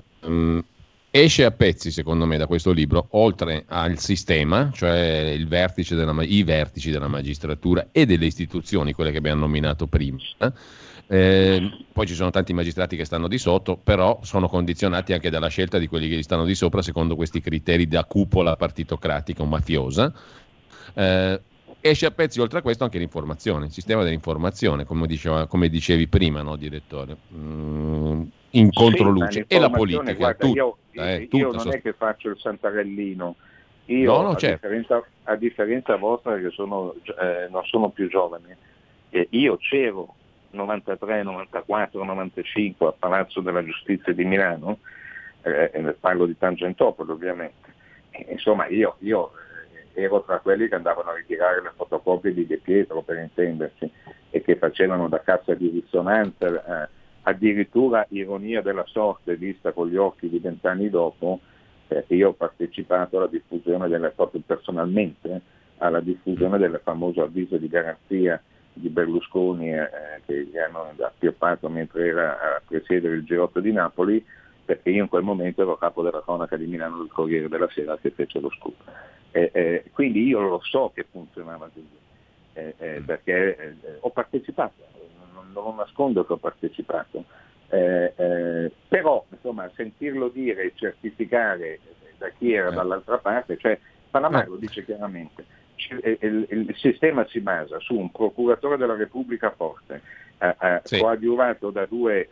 Esce a pezzi, secondo me, da questo libro, oltre al sistema, cioè i vertici della magistratura e delle istituzioni, quelle che abbiamo nominato prima. Poi ci sono tanti magistrati che stanno di sotto, però sono condizionati anche dalla scelta di quelli che stanno di sopra secondo questi criteri da cupola partitocratica o mafiosa. Esce a pezzi oltre a questo anche l'informazione, il sistema dell'informazione, come dicevi prima, no, direttore? In controluce, e la politica. Guarda, io non è che faccio il santarellino, io certo. a differenza vostra che non sono più giovane, io c'ero 93, 94, 95 a Palazzo della Giustizia di Milano, parlo di Tangentopoli ovviamente, insomma io ero tra quelli che andavano a ritirare le fotocopie di De Pietro, per intenderci, e che facevano da cassa di risonanza, addirittura ironia della sorte vista con gli occhi di 20 anni dopo, io ho partecipato alla diffusione proprio personalmente, alla diffusione del famoso avviso di garanzia di Berlusconi che gli hanno appioppato mentre era a presiedere il G8 di Napoli, perché io in quel momento ero capo della cronaca di Milano del Corriere della Sera che fece lo scoop. Quindi io lo so che funzionava così, perché ho partecipato, non nascondo che ho partecipato, però insomma sentirlo dire e certificare da chi era dall'altra parte, cioè Palamara lo dice chiaramente, il sistema si basa su un procuratore della Repubblica forte, coadiuvato da 2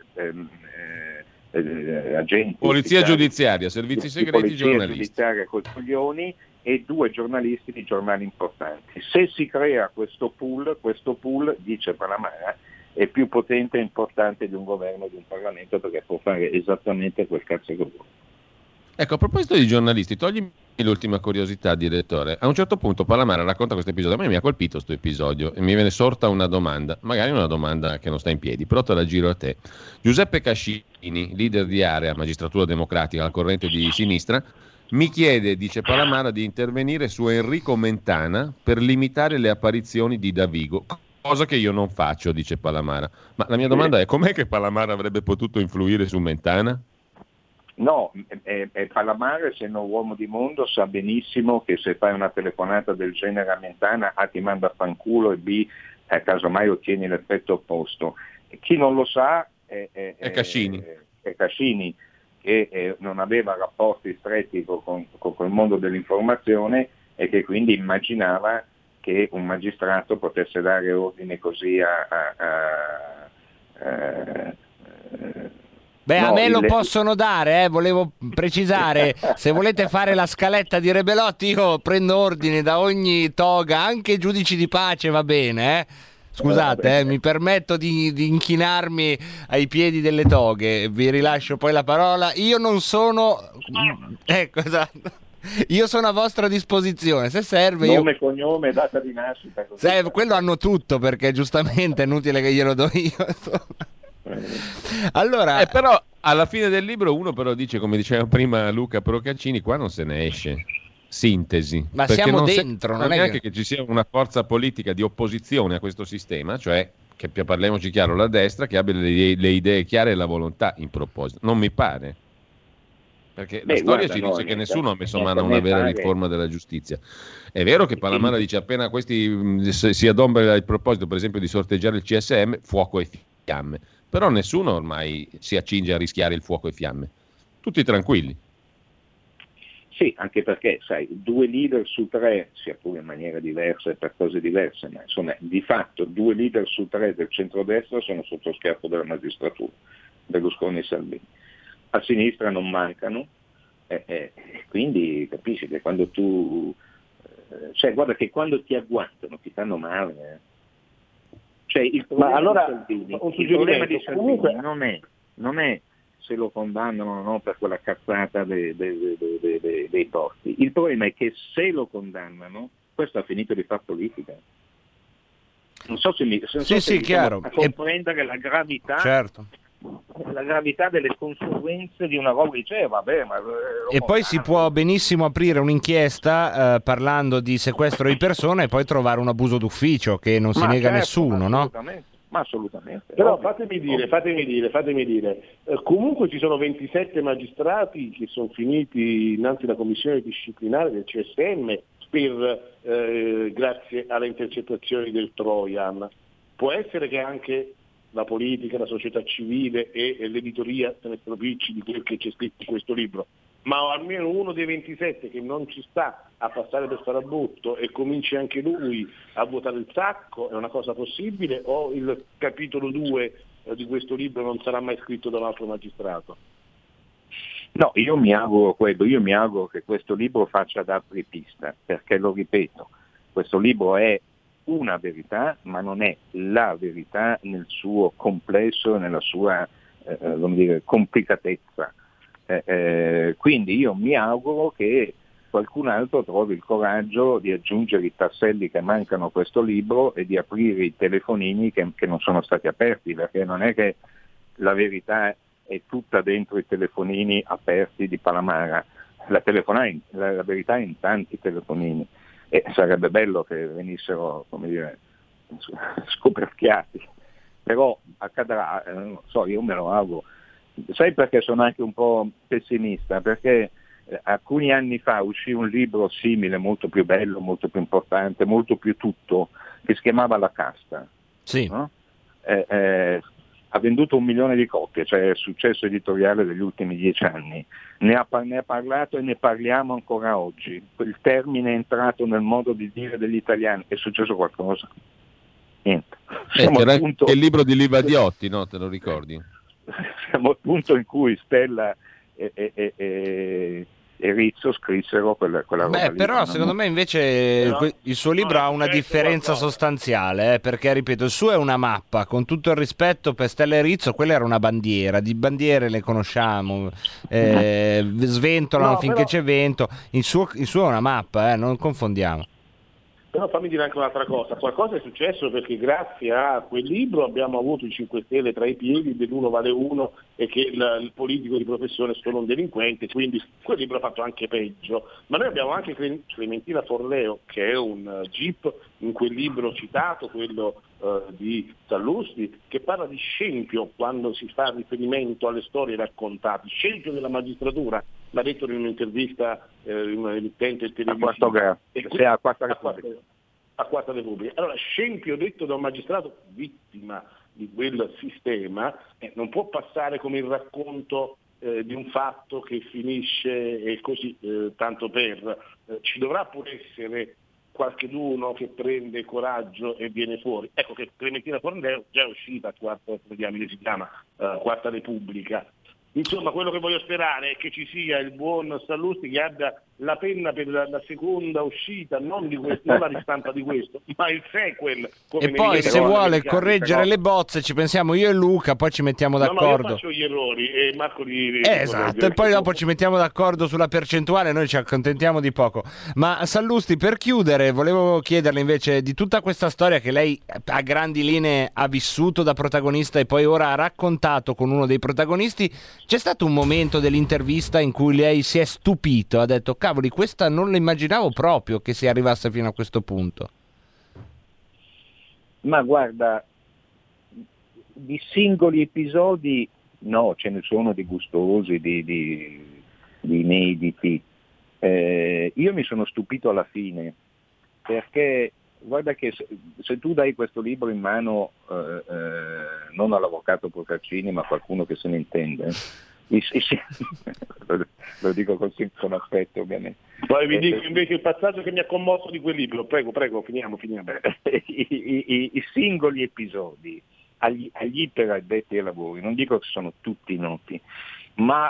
agenti, polizia giudiziaria, servizi segreti, giornalisti, giudiziaria con coglioni, e 2 giornalisti di giornali importanti. Se si crea questo pool, dice Palamara, è più potente e importante di un governo e di un Parlamento, perché può fare esattamente quel cazzo che vuole. Ecco, a proposito di giornalisti, toglimi l'ultima curiosità, direttore. A un certo punto Palamara racconta questo episodio, a me mi ha colpito questo episodio e mi viene sorta una domanda, magari una domanda che non sta in piedi, però te la giro a te. Giuseppe Cascini, leader di area Magistratura Democratica al corrente di sinistra, mi chiede, dice Palamara, di intervenire su Enrico Mentana per limitare le apparizioni di Davigo, cosa che io non faccio, dice Palamara. Ma la mia domanda è: com'è che Palamara avrebbe potuto influire su Mentana? No, Palamara, essendo un uomo di mondo, sa benissimo che se fai una telefonata del genere a Mentana, A ti manda a fanculo e B casomai ottieni l'effetto opposto. Chi non lo sa è Cascini. È Cascini, che non aveva rapporti stretti con il mondo dell'informazione e che quindi immaginava che un magistrato potesse dare ordine così a me lo possono dare, volevo precisare, se volete fare la scaletta di Rebelotti io prendo ordine da ogni toga, anche giudici di pace va bene, Scusate, mi permetto di inchinarmi ai piedi delle toghe, vi rilascio poi la parola. Io non sono... Ecco, esatto. Io sono a vostra disposizione, se serve nome, cognome, data di nascita. Quello hanno tutto, perché giustamente è inutile che glielo do io. Allora, però alla fine del libro uno però dice, come diceva prima Luca Procaccini, qua non se ne esce. Sintesi. Ma siamo dentro, non è neanche che ci sia una forza politica di opposizione a questo sistema, cioè che parliamoci chiaro, la destra che abbia le idee chiare e la volontà in proposito. Non mi pare. Perché la storia ci dice che nessuno ha messo mano a una vera riforma della giustizia. È vero che Palamara dice appena questi si adombra il proposito, per esempio, di sorteggiare il CSM, fuoco e fiamme. Però nessuno ormai si accinge a rischiare il fuoco e fiamme. Tutti tranquilli. Sì, anche perché, sai, 2 leader su 3, sia pure in maniera diversa e per cose diverse, ma insomma, di fatto 2 leader su 3 del centrodestra sono sotto schermo della magistratura, Berlusconi e Salvini. A sinistra non mancano, quindi capisci che quando tu... cioè, guarda che quando ti agguantano ti fanno male. Cioè, il problema di Salvini non è se lo condannano o no per quella cazzata dei porti. Il problema è che se lo condannano, questo ha finito di far politica. Non so se mi chiaro. A comprendere la gravità, certo, la gravità delle conseguenze di una roba. Dice, vabbè, ma e poi si può benissimo aprire un'inchiesta parlando di sequestro di persona e poi trovare un abuso d'ufficio che non si nega nessuno, no? Ma assolutamente. Però fatemi dire, comunque ci sono 27 magistrati che sono finiti innanzi alla commissione disciplinare del CSM grazie alle intercettazioni del Trojan. Può essere che anche la politica, la società civile e l'editoria se ne stropicci di quel che c'è scritto in questo libro, ma almeno uno dei 27 che non ci sta a passare per farabutto e cominci anche lui a vuotare il sacco, è una cosa possibile, o il capitolo 2 di questo libro non sarà mai scritto da un altro magistrato? No, io mi auguro che questo libro faccia da apripista, perché lo ripeto, questo libro è una verità, ma non è la verità nel suo complesso e nella sua complicatezza. Quindi io mi auguro che qualcun altro trovi il coraggio di aggiungere i tasselli che mancano a questo libro e di aprire i telefonini che non sono stati aperti, perché non è che la verità è tutta dentro i telefonini aperti di Palamara, la verità è in tanti telefonini e sarebbe bello che venissero, come dire, scoperchiati, però accadrà, non so, io me lo auguro. Sai perché sono anche un po' pessimista? Perché alcuni anni fa uscì un libro simile, molto più bello, molto più importante, molto più tutto, che si chiamava La Casta. Sì. No? Ha venduto 1 milione di copie, cioè è il successo editoriale degli ultimi 10 anni. Ne ha parlato e ne parliamo ancora oggi. Il termine è entrato nel modo di dire degli italiani. È successo qualcosa? Niente. C'era anche il libro di Livadiotti, no? Te lo ricordi? Siamo al punto in cui Stella e Rizzo scrissero quella roba lì. Però secondo me invece il suo libro ha una differenza sostanziale, perché ripeto, il suo è una mappa, con tutto il rispetto per Stella e Rizzo, quella era una bandiera, di bandiere le conosciamo, sventolano finché c'è vento, il suo è una mappa, non confondiamo. Però fammi dire anche un'altra cosa, qualcosa è successo perché grazie a quel libro abbiamo avuto i 5 Stelle tra i piedi, dell'uno vale uno e che il politico di professione è solo un delinquente, quindi quel libro ha fatto anche peggio. Ma noi abbiamo anche Clementina Forleo, che è un GIP in quel libro citato, quello di Sallusti, che parla di scempio quando si fa riferimento alle storie raccontate, scempio della magistratura, l'ha detto in un'intervista in un emittente televisivo. A Quarta Repubblica. Allora, scempio detto da un magistrato vittima di quel sistema non può passare come il racconto di un fatto che finisce e così, tanto per. Ci dovrà pure essere qualcheduno che prende coraggio e viene fuori. Ecco che Clementina Forleo già è uscita a Quarta Repubblica. Insomma, quello che voglio sperare è che ci sia il buon Sallusti che abbia la penna per la seconda uscita, non la ristampa di questo, ma il sequel. E poi se vuole correggere le bozze ci pensiamo io e Luca, poi ci mettiamo d'accordo. No, io faccio gli errori e Marco li esatto, e poi dopo ci mettiamo d'accordo sulla percentuale, noi ci accontentiamo di poco. Ma Sallusti, per chiudere, volevo chiederle invece di tutta questa storia che lei a grandi linee ha vissuto da protagonista e poi ora ha raccontato con uno dei protagonisti. C'è stato un momento dell'intervista in cui lei si è stupito, ha detto cavoli, questa non la immaginavo proprio che si arrivasse fino a questo punto? Ma guarda, di singoli episodi no, ce ne sono di gustosi, di inediti. Io mi sono stupito alla fine, perché guarda che se tu dai questo libro in mano non all'avvocato Procaccini ma a qualcuno che se ne intende, lo dico così con affetto ovviamente. Poi vi dico invece il passaggio che mi ha commosso di quel libro, prego, finiamo. I singoli episodi agli iperaddetti ai lavori, non dico che sono tutti noti, ma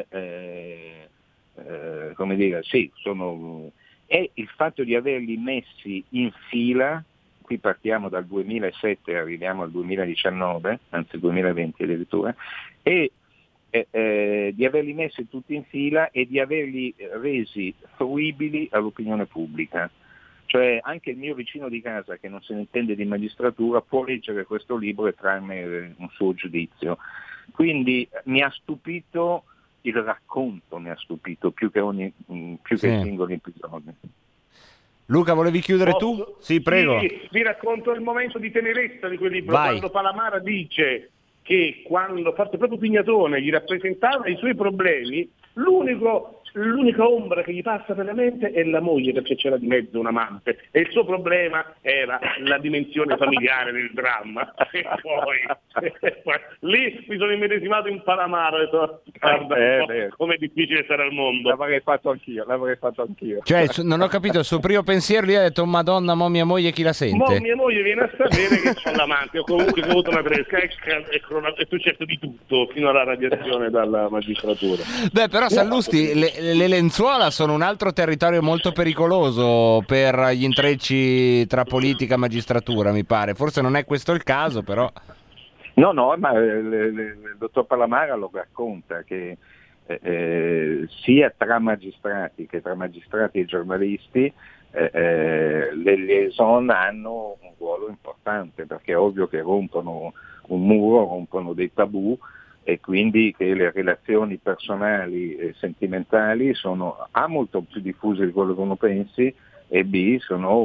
come dire, sì, sono... è il fatto di averli messi in fila, qui partiamo dal 2007 e arriviamo al 2019, anzi 2020 addirittura, e di averli messi tutti in fila e di averli resi fruibili all'opinione pubblica. Cioè anche il mio vicino di casa che non se ne intende di magistratura può leggere questo libro e trarne un suo giudizio. Quindi mi ha stupito il racconto, più che i singoli episodi. Luca, volevi chiudere tu? Sì, prego. Sì, vi racconto il momento di tenerezza di quel libro. Vai. Quando Palamara dice che quando forse proprio Pignatone gli rappresentava i suoi problemi, l'unica ombra che gli passa per la mente è la moglie, perché c'era di mezzo un amante e il suo problema era la dimensione familiare del dramma. E poi lì mi sono immedesimato in Palamara e ho detto guarda come è difficile stare al mondo. L'avrei fatto anch'io. Cioè non ho capito, il suo primo pensiero lì ha detto madonna, mo mia moglie chi la sente? Mia moglie viene a sapere che c'ho l'amante o comunque che ho avuto una tresca e è successo di tutto fino alla radiazione dalla magistratura. Beh, però Sallusti, le lenzuola sono un altro territorio molto pericoloso per gli intrecci tra politica e magistratura, mi pare. Forse non è questo il caso, però... No, ma il dottor Palamara lo racconta che sia tra magistrati che tra magistrati e giornalisti le liaison hanno un ruolo importante, perché è ovvio che rompono un muro, rompono dei tabù, e quindi che le relazioni personali e sentimentali sono A molto più diffuse di quello che uno pensi e B sono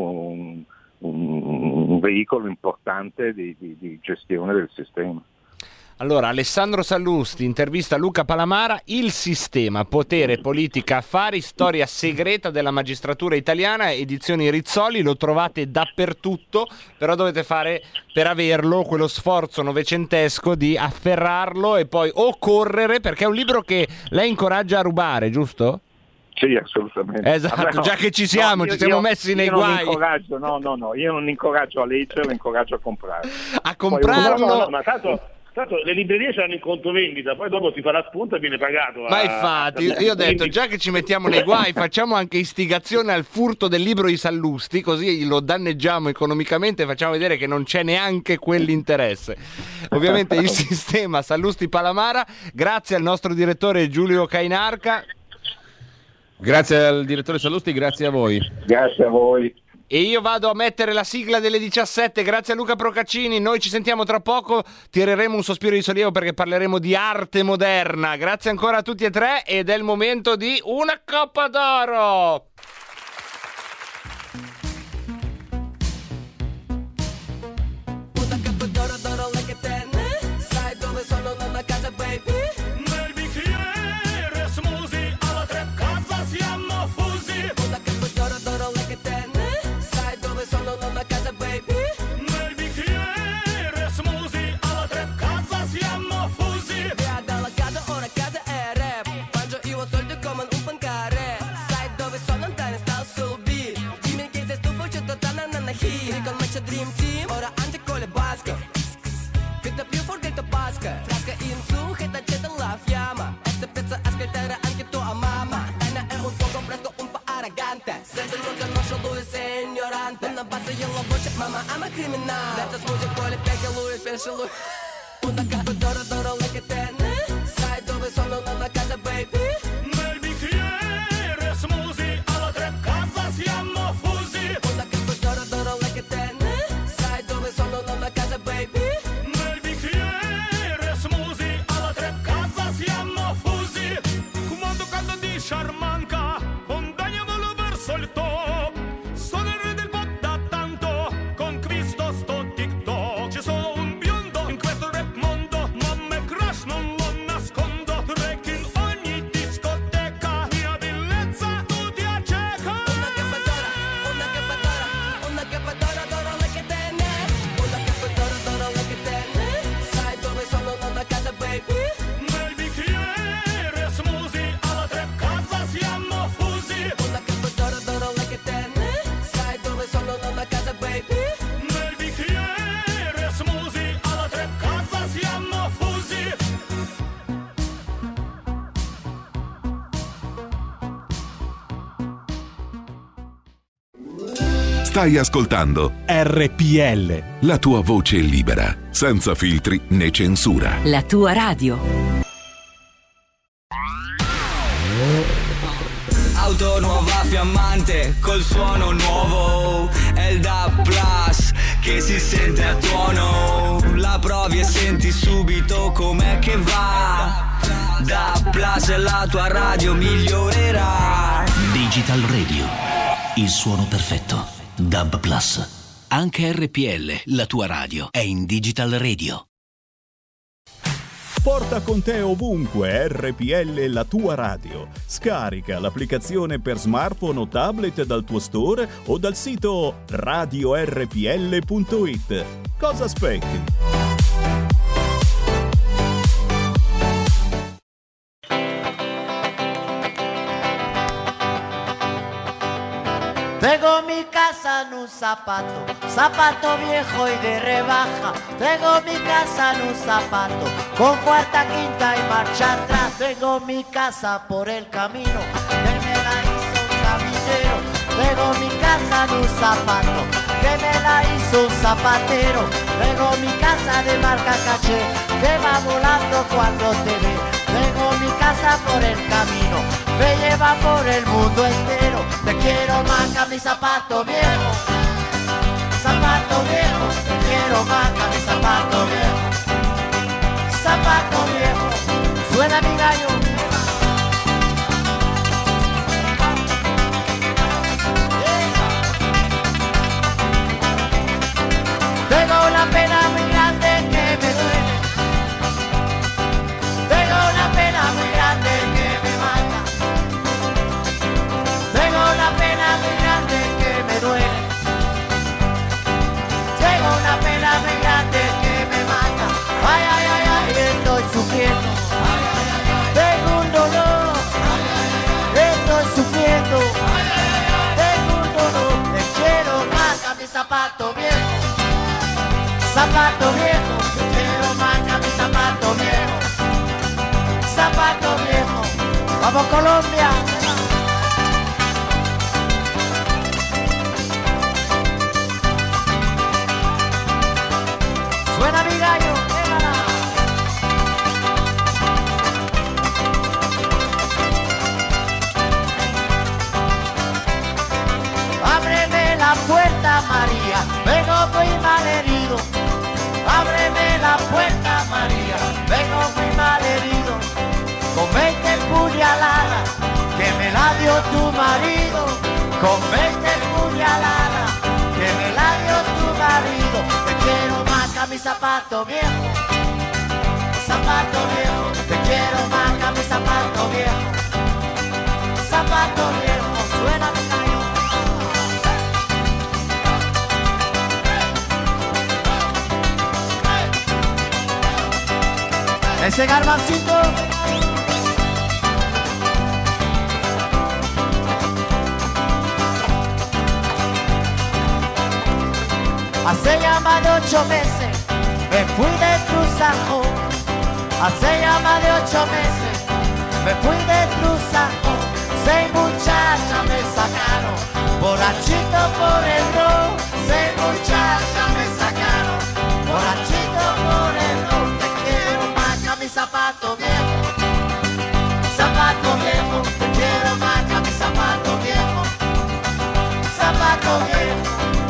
un veicolo importante di gestione del sistema. Allora, Alessandro Sallusti, intervista Luca Palamara, il sistema, potere, politica, affari, storia segreta della magistratura italiana, edizioni Rizzoli, lo trovate dappertutto, però dovete fare per averlo quello sforzo novecentesco di afferrarlo e poi o correre, perché è un libro che lei incoraggia a rubare, giusto? Sì, assolutamente. Esatto, no, già che ci siamo, ci siamo messi nei guai. Io non incoraggio a leggerlo, incoraggio a comprarlo. A comprarlo? Ma tanto le librerie hanno in conto vendita, poi dopo si fa la spunta e viene pagato. Ma infatti, io ho detto, già che ci mettiamo nei guai, facciamo anche istigazione al furto del libro di Sallusti, così lo danneggiamo economicamente e facciamo vedere che non c'è neanche quell'interesse. Ovviamente il sistema Sallusti Palamara, grazie al nostro direttore Giulio Cainarca. Grazie al direttore Sallusti, grazie a voi. Grazie a voi. E io vado a mettere la sigla delle 17. Grazie a Luca Procaccini. Noi ci sentiamo tra poco. Tireremo un sospiro di sollievo perché parleremo di arte moderna. Grazie ancora a tutti e tre ed è il momento di una Coppa d'Oro. Una Coppa d'Oro, d'oro like a ten. Sai dove sono, non a casa baby. Nel bicchiere smusi, alla tre casa siamo fusi. Una Coppa d'Oro, d'oro like a ten. Sai dove sono, non a casa baby. Nel bicchiere smusi, alla tre casa siamo fusi. Via dalla casa, ora casa è rap. Mangio io soldi come un pancare. Sai dove sono, non sta sul beat. Dimmi che sei stufo, c'è tutta na hit. Con me c'è Dream Team, ora anche con le basche. Che da più fuori da basca. Frasca in su, che da c'è della fiamma. E se pensa ascoltare anche tua mamma. Dana è un poco fresco, un po' arrogante. Senza non conosce lui, sei ignorante. Non abbassa io la voce, mamma ama criminale. Detta smusi con le pecche, lui pensa lui. Una Coppa d'Oro, d'oro like a ten. Sai dove sono, non a casa baby. Nel bicchiere smusi, alla tre casa siamo fusi. Una Coppa d'Oro, d'oro like a ten. Sai dove sono, non a casa baby. Nel bicchiere smusi, alla tre casa siamo fusi. Comando canto di Sciarmanca, condanniamolo verso il top. Sono il re del pop da tanto, conquisto sto TikTok. C'è solo un biondo in questo rap mondo, ma me crush non lo nascondo. Rec in ogni discoteca, mia bellezza tu ti acceca. Una Coppa d'Oro, una Coppa d'Oro, una Coppa d'Oro, d'oro like a ten. Una Coppa d'Oro, d'oro like a ten. Sai dove sono, non a casa baby. Nel bicchiere smusi, alla tre casa siamo fusi. Una Coppa d'Oro, d'oro like a ten. Sai dove sono, non a casa baby. Nel bicchiere smusi, alla tre casa siamo fusi. Stai ascoltando RPL. la tua voce libera, senza filtri né censura. La tua radio. Auto nuova fiammante col suono nuovo, è il DAB Plus che si sente a tuono. La provi e senti subito com'è che va. DAB Plus, la tua radio migliorerà. Digital Radio, il suono perfetto. DAB Plus. Anche RPL, la tua radio, è in Digital Radio. Porta con te ovunque RPL la tua radio. Scarica l'applicazione per smartphone o tablet dal tuo store o dal sito radiorpl.it. Cosa aspetti? Tengo mi casa en un zapato, zapato viejo y de rebaja. Tengo mi casa en un zapato, con cuarta, quinta y marcha atrás. Tengo mi casa por el camino, que me la hizo un caminero. Tengo mi casa en un zapato, que me la hizo un zapatero. Tengo mi casa de marca caché, que va volando cuando te ve. Tengo mi casa por el camino, me lleva por el mundo entero. Te quiero marca mi zapato viejo, zapato viejo. Te quiero marca mi zapato viejo, zapato viejo. Suena mi gallo. Tengo una pena muy grande que me duele. Tengo una pena muy grande que me mata. Tengo una pena muy grande que me duele. Tengo una pena muy grande que me mata. Ay, ay, ay, ay, estoy sufriendo. Ay, ay, ay, ay. Tengo un dolor. Ay, ay, ay, estoy sufriendo. Ay, ay, ay, ay. Tengo un dolor. Te quiero marca mi zapato viejo. Zapato viejo. Te quiero marca mi zapato viejo. Zapato viejo. Vamos Colombia. Suena mi gallo, pégala. Ábreme la puerta. vengo y malherido, ábreme la puerta María, vengo muy malherido, con 20 puñaladas, que me la dio tu marido, con 20 puñaladas, que me la dio tu marido, te quiero más que a mi zapato viejo, zapato viejo, te quiero más que a mi zapato viejo, zapato viejo, suena mi cañón. Ese garbancito hace ya más de 8 meses me fui de Trusajo, hace ya más de 8 meses me fui de Trusajo, 6 muchachas me sacaron, borrachito por el ron, 6 muchachas me sacaron, borrachito por el ron, te quiero más que a mi zapato viejo, te quiero más que a mi zapato viejo, zapato viejo.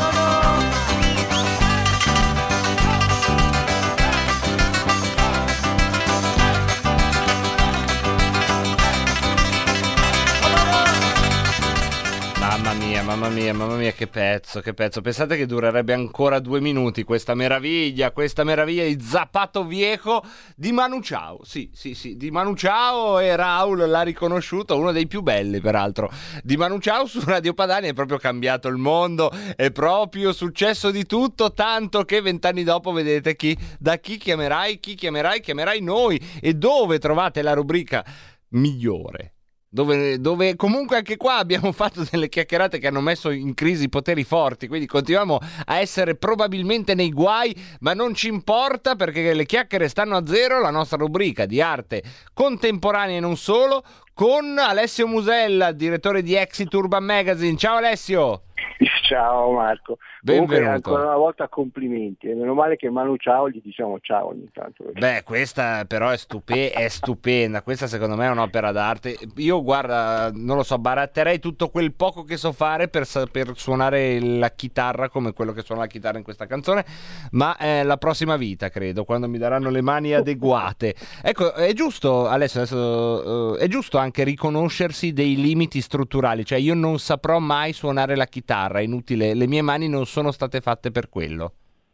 Mamma mia, che pezzo. Pensate che durerebbe ancora 2 minuti questa meraviglia di Zapato Viejo di Manu Chao. Sì, di Manu Chao, e Raul l'ha riconosciuto, uno dei più belli peraltro di Manu Chao su Radio Padania. È proprio cambiato il mondo, è proprio successo di tutto, tanto che 20 anni dopo vedete chi chiamerai noi, e dove trovate la rubrica migliore. Dove comunque anche qua abbiamo fatto delle chiacchierate che hanno messo in crisi i poteri forti, quindi continuiamo a essere probabilmente nei guai, ma non ci importa, perché le chiacchiere stanno a zero. La nostra rubrica di arte contemporanea e non solo, con Alessio Musella, direttore di Exit Urban Magazine. Ciao Alessio! Ciao Marco, benvenuto. Comunque, ancora una volta complimenti, e meno male che Manu Chao gli diciamo ciao ogni tanto. Beh, questa però è stupenda, questa secondo me è un'opera d'arte. Io guarda, non lo so, baratterei tutto quel poco che so fare per suonare la chitarra come quello che suona la chitarra in questa canzone, ma la prossima vita credo, quando mi daranno le mani adeguate. Ecco, è giusto adesso è giusto anche riconoscersi dei limiti strutturali, cioè io non saprò mai suonare la chitarra, è inutile, le mie mani non sono state fatte per quello.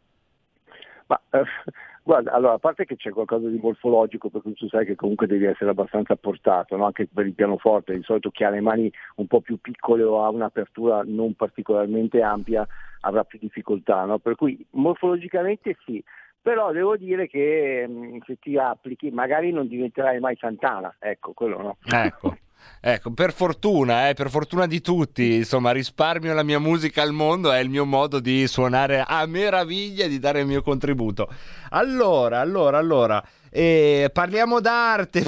Ma guarda, allora, a parte che c'è qualcosa di morfologico, per cui tu sai che comunque devi essere abbastanza portato, no? Anche per il pianoforte, di solito chi ha le mani un po' più piccole o ha un'apertura non particolarmente ampia avrà più difficoltà, no? Per cui morfologicamente sì, però devo dire che se ti applichi magari non diventerai mai Santana, ecco, quello no. Ecco, per fortuna di tutti, insomma, risparmio la mia musica al mondo, è il mio modo di suonare a meraviglia, di dare il mio contributo. Allora, parliamo d'arte,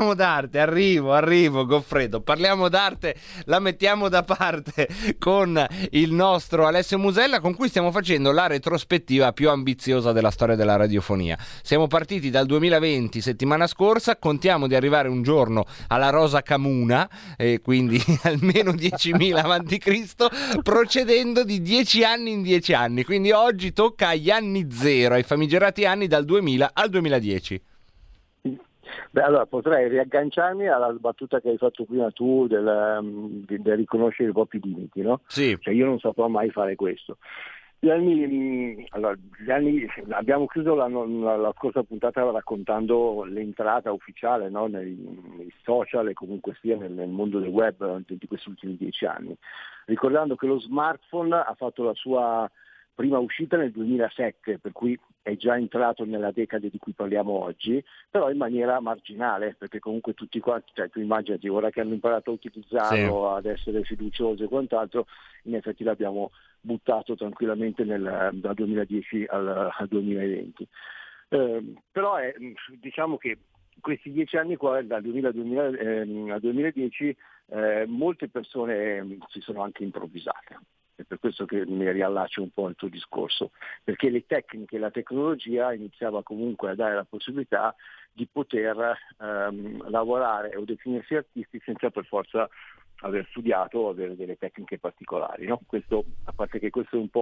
arrivo Goffredo, parliamo d'arte, la mettiamo da parte con il nostro Alessio Musella, con cui stiamo facendo la retrospettiva più ambiziosa della storia della radiofonia. Siamo partiti dal 2020, settimana scorsa, contiamo di arrivare un giorno alla Rosa Camuna, quindi almeno 10.000 avanti Cristo, procedendo di 10 anni in 10 anni, quindi oggi tocca agli anni zero, ai famigerati anni dal 2000 al 2010. Beh, allora potrei riagganciarmi alla battuta che hai fatto prima tu del riconoscere i propri limiti, no? Sì. Cioè io non saprò mai fare questo. Gli anni, abbiamo chiuso la scorsa puntata raccontando l'entrata ufficiale, no? nei social e comunque sia nel mondo del web di questi ultimi 10 anni, ricordando che lo smartphone ha fatto la sua prima uscita nel 2007, per cui è già entrato nella decade di cui parliamo oggi, però in maniera marginale, perché comunque tutti quanti, cioè tu immaginati, ora che hanno imparato a utilizzarlo, ad essere fiduciosi e quant'altro, in effetti l'abbiamo buttato tranquillamente dal 2010 al 2020. Però diciamo che questi 10 anni qua, dal 2000 al 2010, molte persone si sono anche improvvisate. È per questo che mi riallaccio un po' al tuo discorso, perché le tecniche, la tecnologia iniziava comunque a dare la possibilità di poter lavorare o definirsi artisti senza per forza aver studiato o avere delle tecniche particolari, no? Questo, a parte che questo è un po'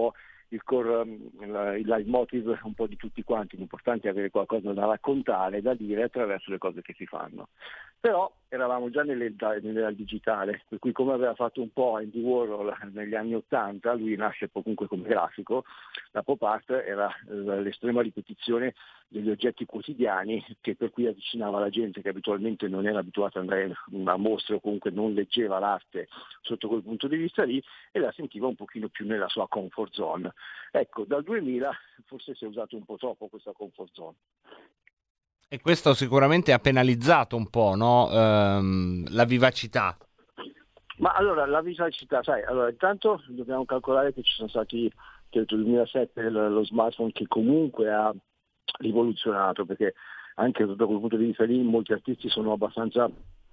il leitmotiv un po' di tutti quanti, l'importante è avere qualcosa da raccontare, da dire attraverso le cose che si fanno. Però eravamo già nell'era digitale, per cui come aveva fatto un po' Andy Warhol negli anni '80, lui nasce comunque come grafico, la pop art era l'estrema ripetizione degli oggetti quotidiani, che per cui avvicinava la gente che abitualmente non era abituata ad andare a mostre o comunque non leggeva l'arte sotto quel punto di vista lì, e la sentiva un pochino più nella sua comfort zone. Ecco, dal 2000 forse si è usato un po' troppo questa comfort zone. E questo sicuramente ha penalizzato un po', no? La vivacità. Ma allora, la vivacità, sai, allora intanto dobbiamo calcolare che ci sono stati, che nel 2007 lo smartphone che comunque ha rivoluzionato, perché anche da quel punto di vista lì molti artisti sono abbastanza...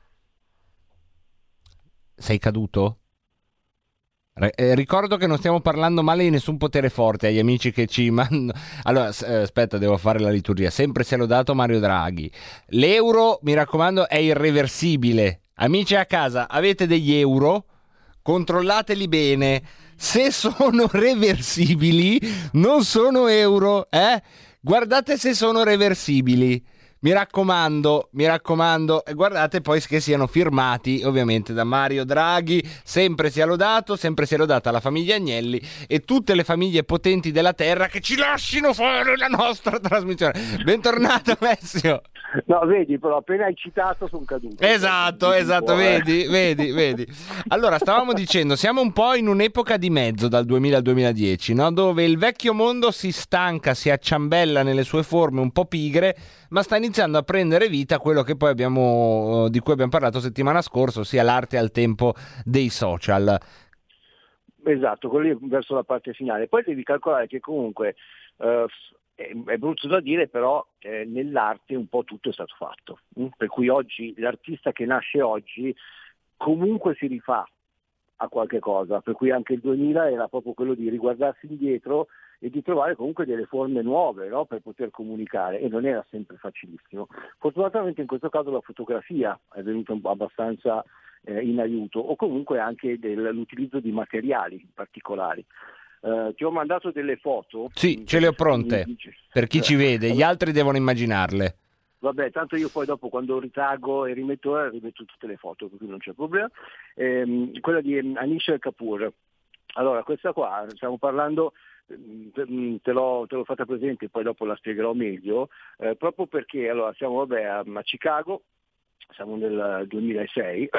Sei caduto? Ricordo che non stiamo parlando male di nessun potere forte agli amici che ci mandano. Allora, aspetta, devo fare la liturgia. Sempre sia lodato Mario Draghi. L'euro, mi raccomando, è irreversibile. Amici a casa, avete degli euro? Controllateli bene. Se sono reversibili, non sono euro, Guardate se sono reversibili. Mi raccomando, e guardate poi che siano firmati ovviamente da Mario Draghi. Sempre sia lodata la famiglia Agnelli e tutte le famiglie potenti della terra che ci lasciano fare la nostra trasmissione. Bentornato Alessio. No, vedi, però appena hai citato sono caduto. Esatto, vedi. Allora, stavamo dicendo, siamo un po' in un'epoca di mezzo dal 2000 al 2010, no? Dove il vecchio mondo si stanca, si acciambella nelle sue forme un po' pigre, ma sta iniziando a prendere vita quello che poi di cui abbiamo parlato settimana scorsa, ossia l'arte al tempo dei social. Esatto, quello lì verso la parte finale. Poi devi calcolare che comunque è brutto da dire, però nell'arte un po' tutto è stato fatto, per cui oggi l'artista che nasce oggi comunque si rifà a qualche cosa, per cui anche il 2000 era proprio quello di riguardarsi indietro e di trovare comunque delle forme nuove, no? Per poter comunicare, e non era sempre facilissimo. Fortunatamente in questo caso la fotografia è venuta abbastanza in aiuto, o comunque anche l'utilizzo di materiali particolari. Ti ho mandato delle foto. Sì, ce le ho pronte per chi ci vede, gli altri devono immaginarle. Vabbè, tanto io poi dopo quando ritago e rimetto tutte le foto, per cui non c'è problema. Quella di Anish Kapoor. Allora, questa qua, stiamo parlando, te l'ho fatta presente, poi dopo la spiegherò meglio, proprio perché allora siamo a Chicago, siamo nel 2006,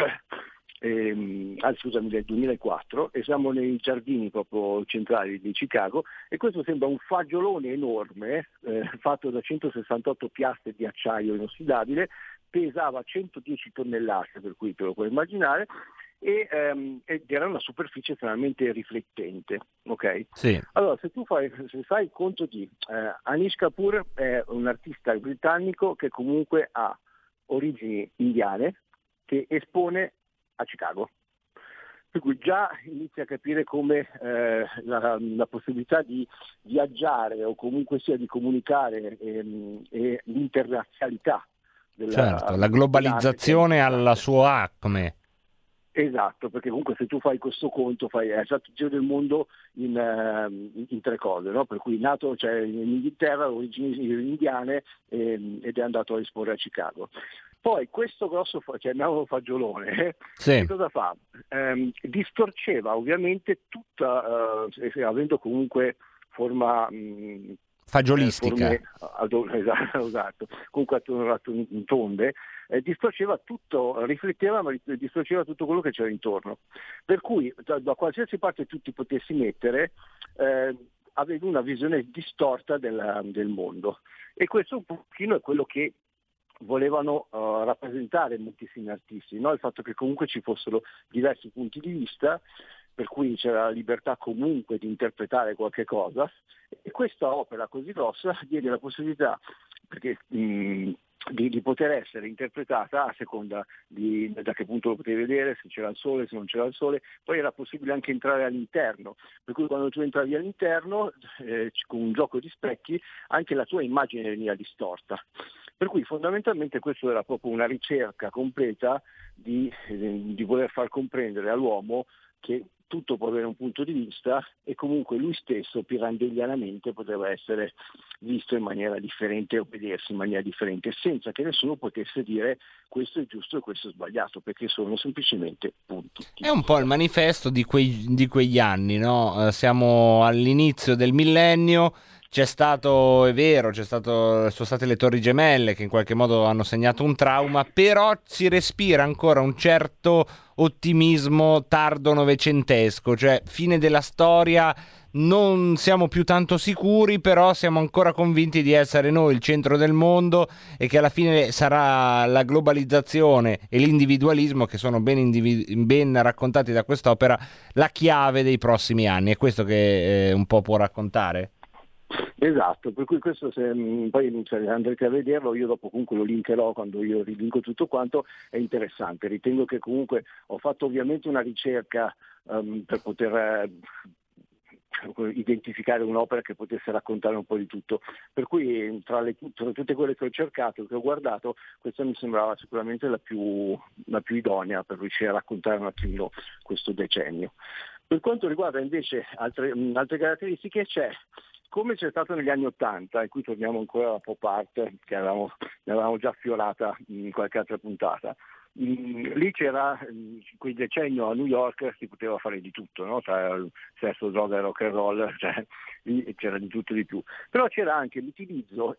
del 2004, e siamo nei giardini proprio centrali di Chicago, e questo sembra un fagiolone enorme fatto da 168 piastre di acciaio inossidabile, pesava 110 tonnellate, per cui te lo puoi immaginare, ed era una superficie estremamente riflettente, ok? Sì. Allora, se fai conto di Anish Kapoor è un artista britannico che comunque ha origini indiane, che espone a Chicago, per cui già inizia a capire come la possibilità di viaggiare o comunque sia di comunicare e l'internazionalità certo, la globalizzazione alla sua acme. Esatto, perché comunque se tu fai questo conto hai fatto il giro del mondo in tre cose, no? Per cui nato in Inghilterra, origini indiane, ed è andato a esporre a Chicago. Poi questo grosso chiamiamolo fagiolone, sì. Che cosa fa? Distorceva ovviamente tutta, avendo comunque forma fagiolistica, esatto, comunque tonde, distorceva tutto, rifletteva, ma distorceva tutto quello che c'era intorno, per cui da qualsiasi parte tu ti potessi mettere avevi una visione distorta del mondo, e questo un pochino è quello che volevano rappresentare moltissimi artisti, no? Il fatto che comunque ci fossero diversi punti di vista, per cui c'era la libertà comunque di interpretare qualche cosa, e questa opera così grossa diede la possibilità di poter essere interpretata a seconda da che punto lo potevi vedere, se c'era il sole, se non c'era il sole. Poi era possibile anche entrare all'interno, per cui quando tu entravi all'interno con un gioco di specchi anche la tua immagine veniva distorta, per cui fondamentalmente questo era proprio una ricerca completa di voler far comprendere all'uomo che tutto può avere un punto di vista e comunque lui stesso pirandellianamente poteva essere visto in maniera differente o vedersi in maniera differente, senza che nessuno potesse dire questo è giusto e questo è sbagliato, perché sono semplicemente punti. È un po' il manifesto di quegli anni, no? Siamo all'inizio del millennio. C'è stato, è vero, sono state le Torri Gemelle che in qualche modo hanno segnato un trauma, però si respira ancora un certo ottimismo tardo novecentesco, cioè fine della storia, non siamo più tanto sicuri, però siamo ancora convinti di essere noi il centro del mondo e che alla fine sarà la globalizzazione e l'individualismo, che sono ben raccontati da quest'opera, la chiave dei prossimi anni. È questo che un po' può raccontare? Esatto, per cui questo poi andrete a vederlo, io dopo comunque lo linkerò quando io rilinko tutto quanto, è interessante. Ritengo che comunque ho fatto ovviamente una ricerca per poter identificare un'opera che potesse raccontare un po' di tutto, per cui tra tutte quelle che ho cercato, che ho guardato, questa mi sembrava sicuramente la più idonea per riuscire a raccontare un attimino questo decennio. Per quanto riguarda invece altre caratteristiche, come c'è stato negli anni '80, e qui torniamo ancora alla pop art che avevamo già fiorata in qualche altra puntata. Lì c'era, in quel decennio a New York si poteva fare di tutto, no? Tra sesso, droga e rock and roll, lì c'era di tutto e di più. Però c'era anche l'utilizzo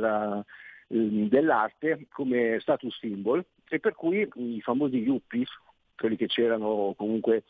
dell'arte come status symbol, e per cui i famosi yuppies, quelli che c'erano comunque,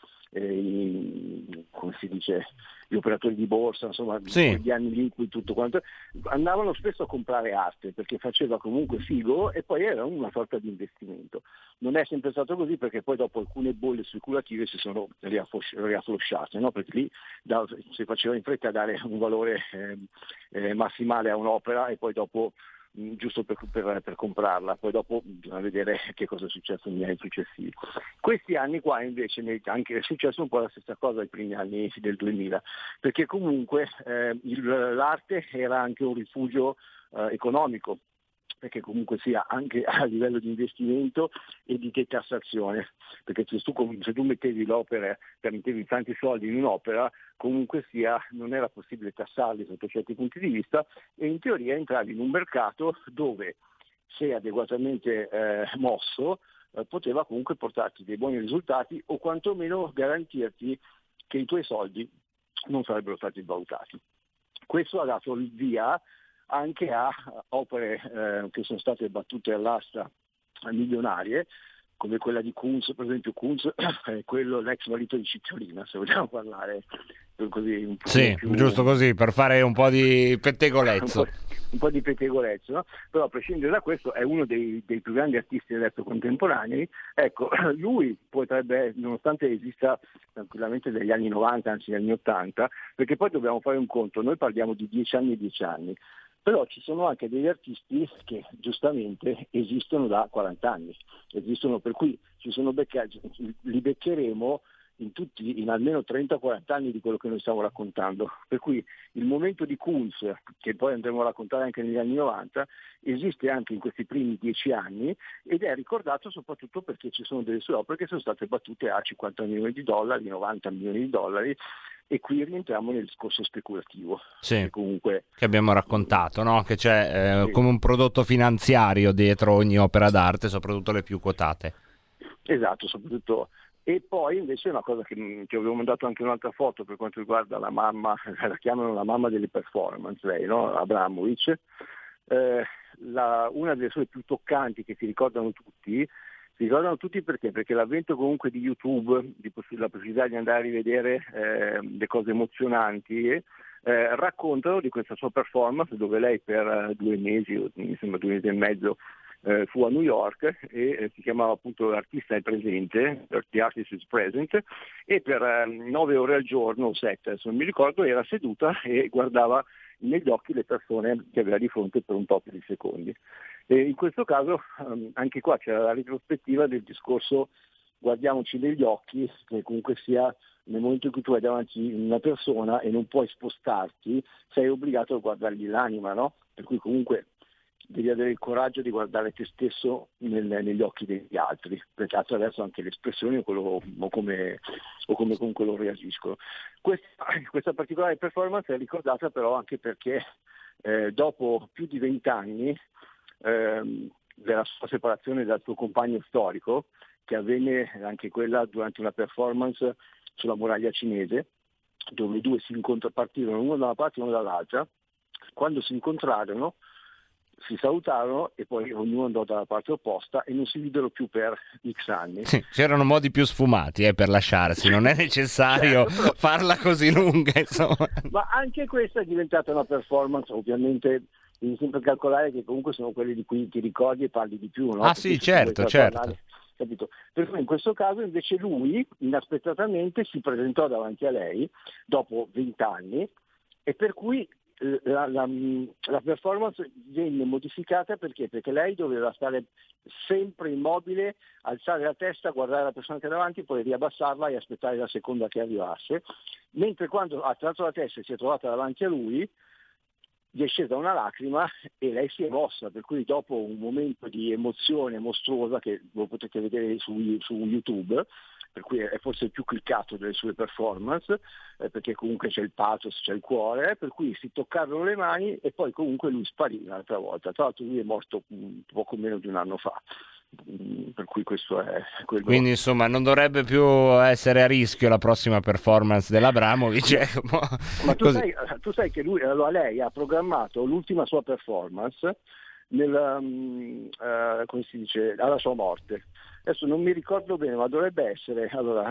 come si dice, gli operatori di borsa, insomma, quegli anni lì in cui tutto quanto, andavano spesso a comprare arte perché faceva comunque figo e poi era una sorta di investimento. Non è sempre stato così, perché poi dopo alcune bolle speculative si sono riafflosciate, no? Perché lì si faceva in fretta a dare un valore massimale a un'opera e poi dopo giusto per comprarla, poi dopo bisogna vedere che cosa è successo negli anni successivi. Questi anni qua invece anche è successo un po' la stessa cosa ai primi anni del 2000, perché comunque l'arte era anche un rifugio economico, perché comunque sia anche a livello di investimento e di detassazione, perché se tu mettevi l'opera, mettevi tanti soldi in un'opera, comunque sia non era possibile tassarli sotto certi punti di vista, e in teoria entravi in un mercato dove, se adeguatamente mosso, poteva comunque portarti dei buoni risultati o quantomeno garantirti che i tuoi soldi non sarebbero stati svalutati. Questo ha dato il via anche a opere che sono state battute all'asta milionarie, come quella di Kunz, per esempio. Kunz è l'ex marito di Cicciolina, se vogliamo parlare così un po' più, giusto così, per fare un po' di pettegolezzo. Un po' di pettegolezzo, no? Però a prescindere da questo è uno dei più grandi artisti adesso contemporanei. Ecco, lui potrebbe, nonostante esista tranquillamente dagli anni 90, anzi dagli anni 80, perché poi dobbiamo fare un conto, noi parliamo di 10 anni e 10 anni, però ci sono anche degli artisti che giustamente esistono da 40 anni, esistono, per cui li beccheremo in almeno 30-40 anni di quello che noi stiamo raccontando, per cui il momento di Kunz, che poi andremo a raccontare anche negli anni 90, esiste anche in questi primi 10 anni ed è ricordato soprattutto perché ci sono delle sue opere che sono state battute a $50 milioni, $90 milioni, e qui rientriamo nel discorso speculativo. Sì, comunque, che abbiamo raccontato, no? Che c'è come un prodotto finanziario dietro ogni opera d'arte, soprattutto le più quotate. Esatto, soprattutto. E poi invece una cosa che avevo mandato anche un'altra foto per quanto riguarda la mamma, la chiamano la mamma delle performance, lei, no? Abramovic, una delle sue più toccanti che si ricordano tutti perché l'avvento comunque di YouTube, la possibilità di andare a rivedere le cose emozionanti, raccontano di questa sua performance dove lei per 2 mesi, mi sembra 2 mesi e mezzo, fu a New York e si chiamava appunto L'artista è presente, The Artist is Present, e per 9 ore al giorno, o 7, adesso non mi ricordo, era seduta e guardava negli occhi le persone che aveva di fronte per un tot di secondi. E in questo caso anche qua c'era la retrospettiva del discorso guardiamoci negli occhi, che comunque sia nel momento in cui tu hai davanti una persona e non puoi spostarti, sei obbligato a guardargli l'anima, no? Per cui comunque devi avere il coraggio di guardare te stesso negli occhi degli altri, perché attraverso anche le espressioni o come comunque loro reagiscono. Questa particolare performance è ricordata però anche perché dopo più di 20 anni della sua separazione dal suo compagno storico, che avvenne anche quella durante una performance sulla muraglia cinese, dove i due partirono uno da una parte e uno dall'altra. Quando si incontrarono si salutarono e poi ognuno andò dalla parte opposta e non si videro più per X anni. Sì, c'erano modi più sfumati per lasciarsi, non è necessario farla così lunga, insomma. Ma anche questa è diventata una performance, ovviamente devi sempre calcolare che comunque sono quelli di cui ti ricordi e parli di più, no? Ah sì, certo. Capito? Per cui in questo caso invece lui inaspettatamente si presentò davanti a lei dopo 20 anni e per cui la performance venne modificata perché lei doveva stare sempre immobile, alzare la testa, guardare la persona che era davanti, poi riabbassarla e aspettare la seconda che arrivasse, mentre quando ha alzato la testa e si è trovata davanti a lui gli è scesa una lacrima e lei si è mossa, per cui dopo un momento di emozione mostruosa che lo potete vedere su YouTube, per cui è forse il più cliccato delle sue performance, perché comunque c'è il pathos, c'è il cuore, per cui si toccarono le mani e poi comunque lui sparì un'altra volta. Tra l'altro lui è morto poco meno di un anno fa, per cui questo è quello. Quindi insomma non dovrebbe più essere a rischio la prossima performance dell'Abramovic. Ma tu sai che lei ha programmato l'ultima sua performance come si dice, alla sua morte. Adesso non mi ricordo bene, ma dovrebbe essere,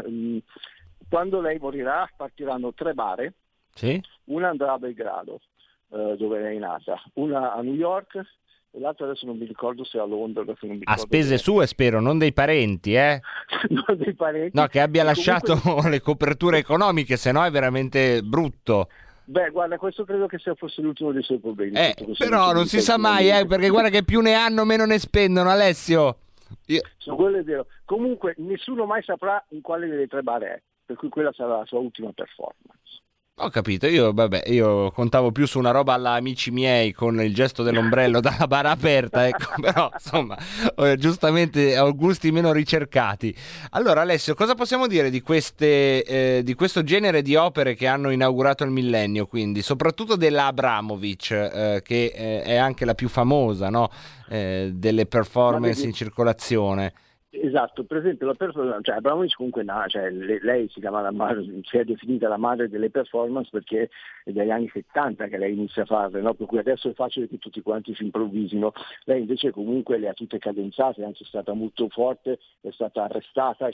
quando lei morirà partiranno 3 bare, sì? Una andrà a Belgrado, dove lei è nata, una a New York e l'altra adesso non mi ricordo se a Londra. A spese sue spero, non dei parenti, Non dei parenti. No, che abbia lasciato comunque le coperture economiche, se no è veramente brutto. Beh, guarda, questo credo che sia forse l'ultimo dei suoi problemi. Però non si sa mai, perché guarda che più ne hanno meno ne spendono, Alessio. Su quello è vero. Comunque nessuno mai saprà in quale delle 3 bare è, per cui quella sarà la sua ultima performance. Ho capito, io contavo più su una roba alla Amici miei con il gesto dell'ombrello dalla bara aperta, ecco, però insomma giustamente ho gusti meno ricercati. Allora Alessio, cosa possiamo dire di di questo genere di opere che hanno inaugurato il millennio, quindi soprattutto della Abramovic, che è anche la più famosa, no? Delle performance in circolazione. Esatto, per esempio la Abramovic comunque lei si è definita la madre delle performance perché è dagli anni 70 che lei inizia a farle, no? Per cui adesso è facile che tutti quanti si improvvisino, lei invece comunque le ha tutte cadenzate, anzi è stata molto forte, è stata arrestata,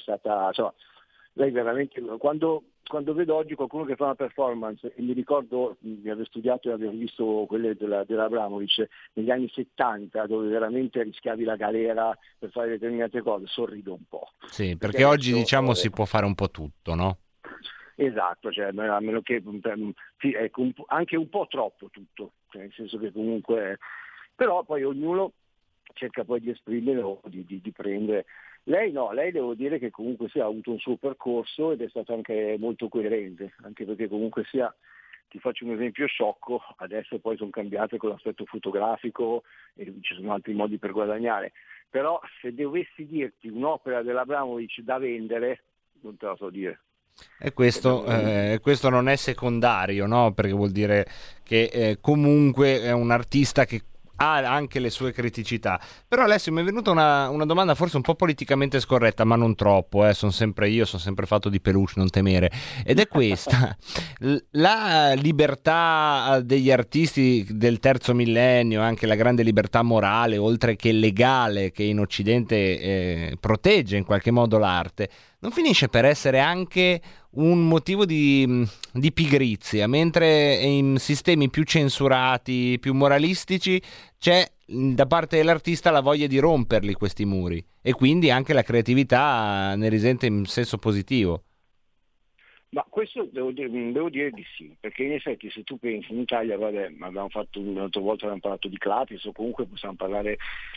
lei veramente, quando vedo oggi qualcuno che fa una performance e mi ricordo di aver studiato e aver visto quelle dell'Abramovic negli anni 70 dove veramente rischiavi la galera per fare determinate cose, sorrido un po'. Sì, perché oggi diciamo si può fare un po' tutto, no? Esatto, a meno che è anche un po' troppo tutto, nel senso che comunque, però poi ognuno cerca poi di esprimere o di prendere. Lei devo dire che comunque ha avuto un suo percorso ed è stato anche molto coerente, anche perché comunque ti faccio un esempio sciocco, adesso poi sono cambiate con l'aspetto fotografico e ci sono altri modi per guadagnare, però se dovessi dirti un'opera dell'Abramovic da vendere, non te la so dire. E questo non è secondario, no? Perché vuol dire che comunque è un artista che ha anche le sue criticità. Però Alessio, mi è venuta una domanda forse un po' politicamente scorretta, ma non troppo, sono sempre fatto di peluche, non temere, ed è questa: la libertà degli artisti del terzo millennio, anche la grande libertà morale oltre che legale che in Occidente protegge in qualche modo l'arte, non finisce per essere anche un motivo di pigrizia, mentre in sistemi più censurati, più moralistici, c'è da parte dell'artista la voglia di romperli questi muri e quindi anche la creatività ne risente in senso positivo? Ma questo devo dire di sì, perché in effetti se tu pensi in Italia, vabbè, abbiamo fatto un'altra volta, abbiamo parlato di Clapis, o comunque possiamo parlare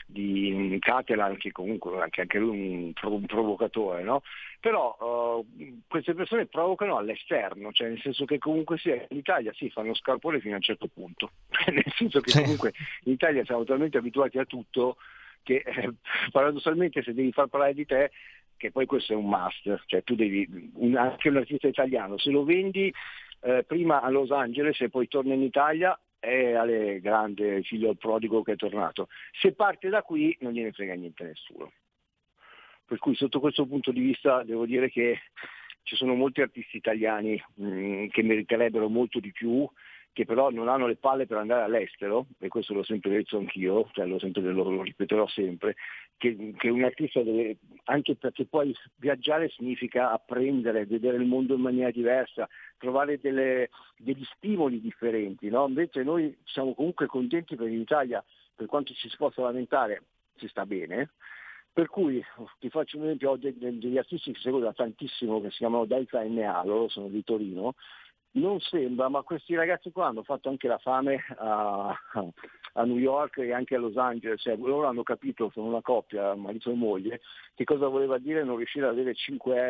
di Catalan, che comunque anche lui un provocatore, no? Però queste persone provocano all'esterno, cioè nel senso che comunque sia in Italia sì, fanno scarpone fino a un certo punto, nel senso che comunque in Italia siamo talmente abituati a tutto che paradossalmente se devi far parlare di te, che poi questo è un must, cioè tu devi, anche un artista italiano, se lo vendi prima a Los Angeles e poi torna in Italia, è alle grande figlio del prodigo che è tornato. Se parte da qui non gliene frega niente a nessuno. Per cui sotto questo punto di vista devo dire che ci sono molti artisti italiani che meriterebbero molto di più, che però non hanno le palle per andare all'estero, e questo l'ho sempre detto anch'io, cioè lo ripeterò sempre, che un artista deve, anche perché poi viaggiare significa apprendere, vedere il mondo in maniera diversa, trovare degli stimoli differenti, no? Invece noi siamo comunque contenti per l'Italia, per quanto ci si possa lamentare, si sta bene. Per cui ti faccio un esempio, ho degli artisti che seguo da tantissimo, che si chiamano Daika e Nea, loro sono di Torino. Non sembra, ma questi ragazzi qua hanno fatto anche la fame a New York e anche a Los Angeles, cioè, loro hanno capito, sono una coppia, marito e moglie, che cosa voleva dire non riuscire ad avere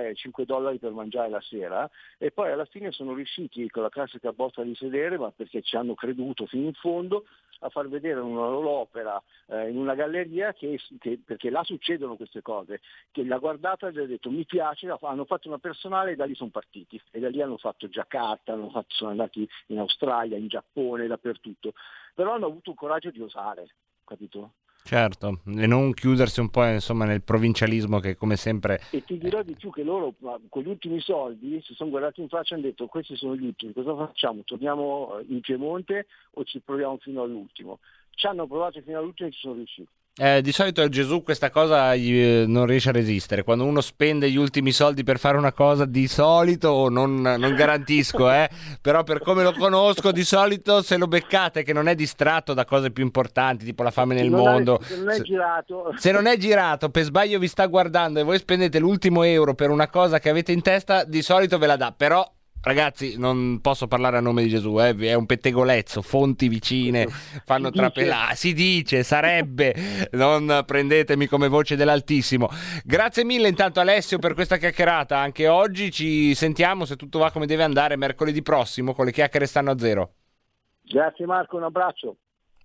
$5 per mangiare la sera, e poi alla fine sono riusciti con la classica botta di sedere, ma perché ci hanno creduto fino in fondo, a far vedere una loro opera in una galleria perché là succedono queste cose, che l'ha guardata e gli ha detto mi piace, hanno fatto una personale e da lì sono partiti, e da lì hanno fatto Giacarta, sono andati in Australia, in Giappone, dappertutto, però hanno avuto il coraggio di osare, capito? Certo, e non chiudersi un po' insomma nel provincialismo che come sempre... E ti dirò di più che loro con gli ultimi soldi si sono guardati in faccia e hanno detto questi sono gli ultimi, cosa facciamo? Torniamo in Piemonte o ci proviamo fino all'ultimo? Ci hanno provato fino all'ultimo e ci sono riusciti. Di solito Gesù questa cosa non riesce a resistere. Quando uno spende gli ultimi soldi per fare una cosa, di solito, non garantisco, però per come lo conosco, di solito se lo beccate che non è distratto da cose più importanti, tipo la fame nel mondo, se non è girato, per sbaglio vi sta guardando e voi spendete l'ultimo euro per una cosa che avete in testa, di solito ve la dà. Però ragazzi, non posso parlare a nome di Gesù, è un pettegolezzo, fonti vicine fanno trapelare, si dice, sarebbe, non prendetemi come voce dell'Altissimo. Grazie mille intanto Alessio per questa chiacchierata, anche oggi ci sentiamo, se tutto va come deve andare, mercoledì prossimo con le chiacchiere stanno a zero. Grazie Marco, un abbraccio.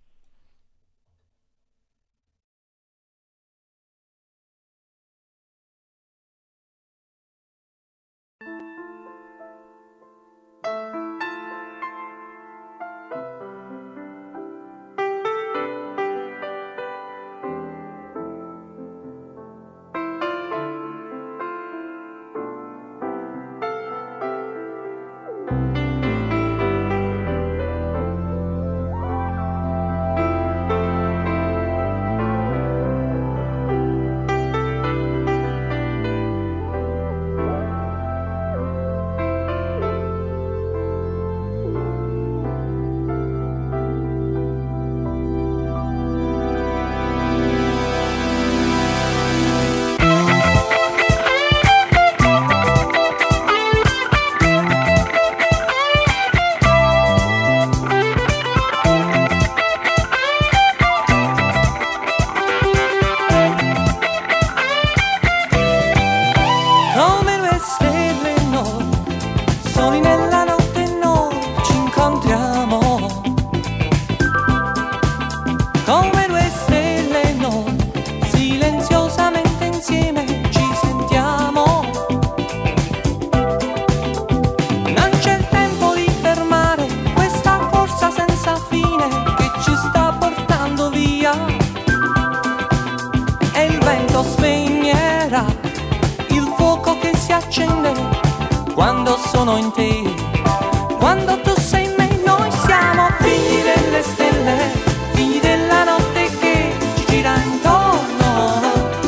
Quando sono in te, quando tu sei in me, noi siamo figli delle stelle, figli della notte che ci gira intorno.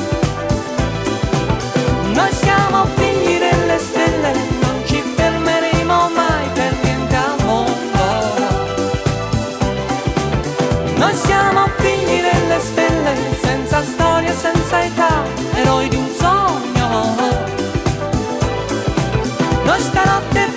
Noi siamo figli delle stelle, non ci fermeremo mai per niente al mondo. Noi siamo figli delle stelle, senza storia, senza età, eroi di un sogno. Noi stanotte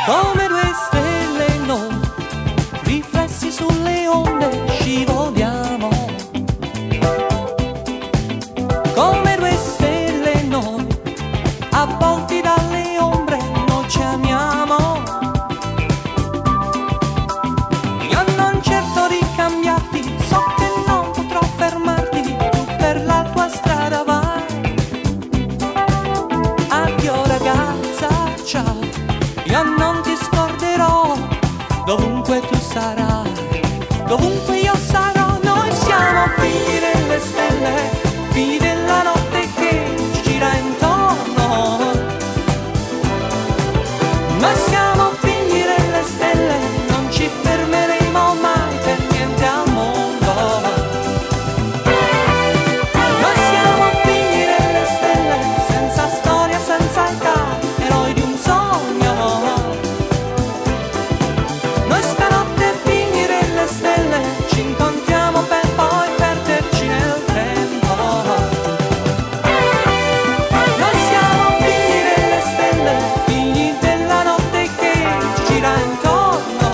come due stelle noi, riflessi sulle onde scivoliamo. Come due stelle noi, avvolti dalle ombre noi ci amiamo. Io non cerco di cambiarti, so che non potrò fermarti, tu per la tua strada vai. Addio ragazza, ciao, io non ti scorderò, dovunque tu sarai, dovunque io sarò. Noi siamo figli delle stelle, figli della notte che ci gira intorno. Noi siamo figli delle stelle, non ci fermeremo mai per niente al mondo. Noi siamo figli delle stelle, senza storia, senza età, eroi di un sogno. Noi stanotte figli delle stelle, ci incontriamo per poi perderci nel tempo. Noi siamo figli delle stelle, figli della notte che ci gira intorno.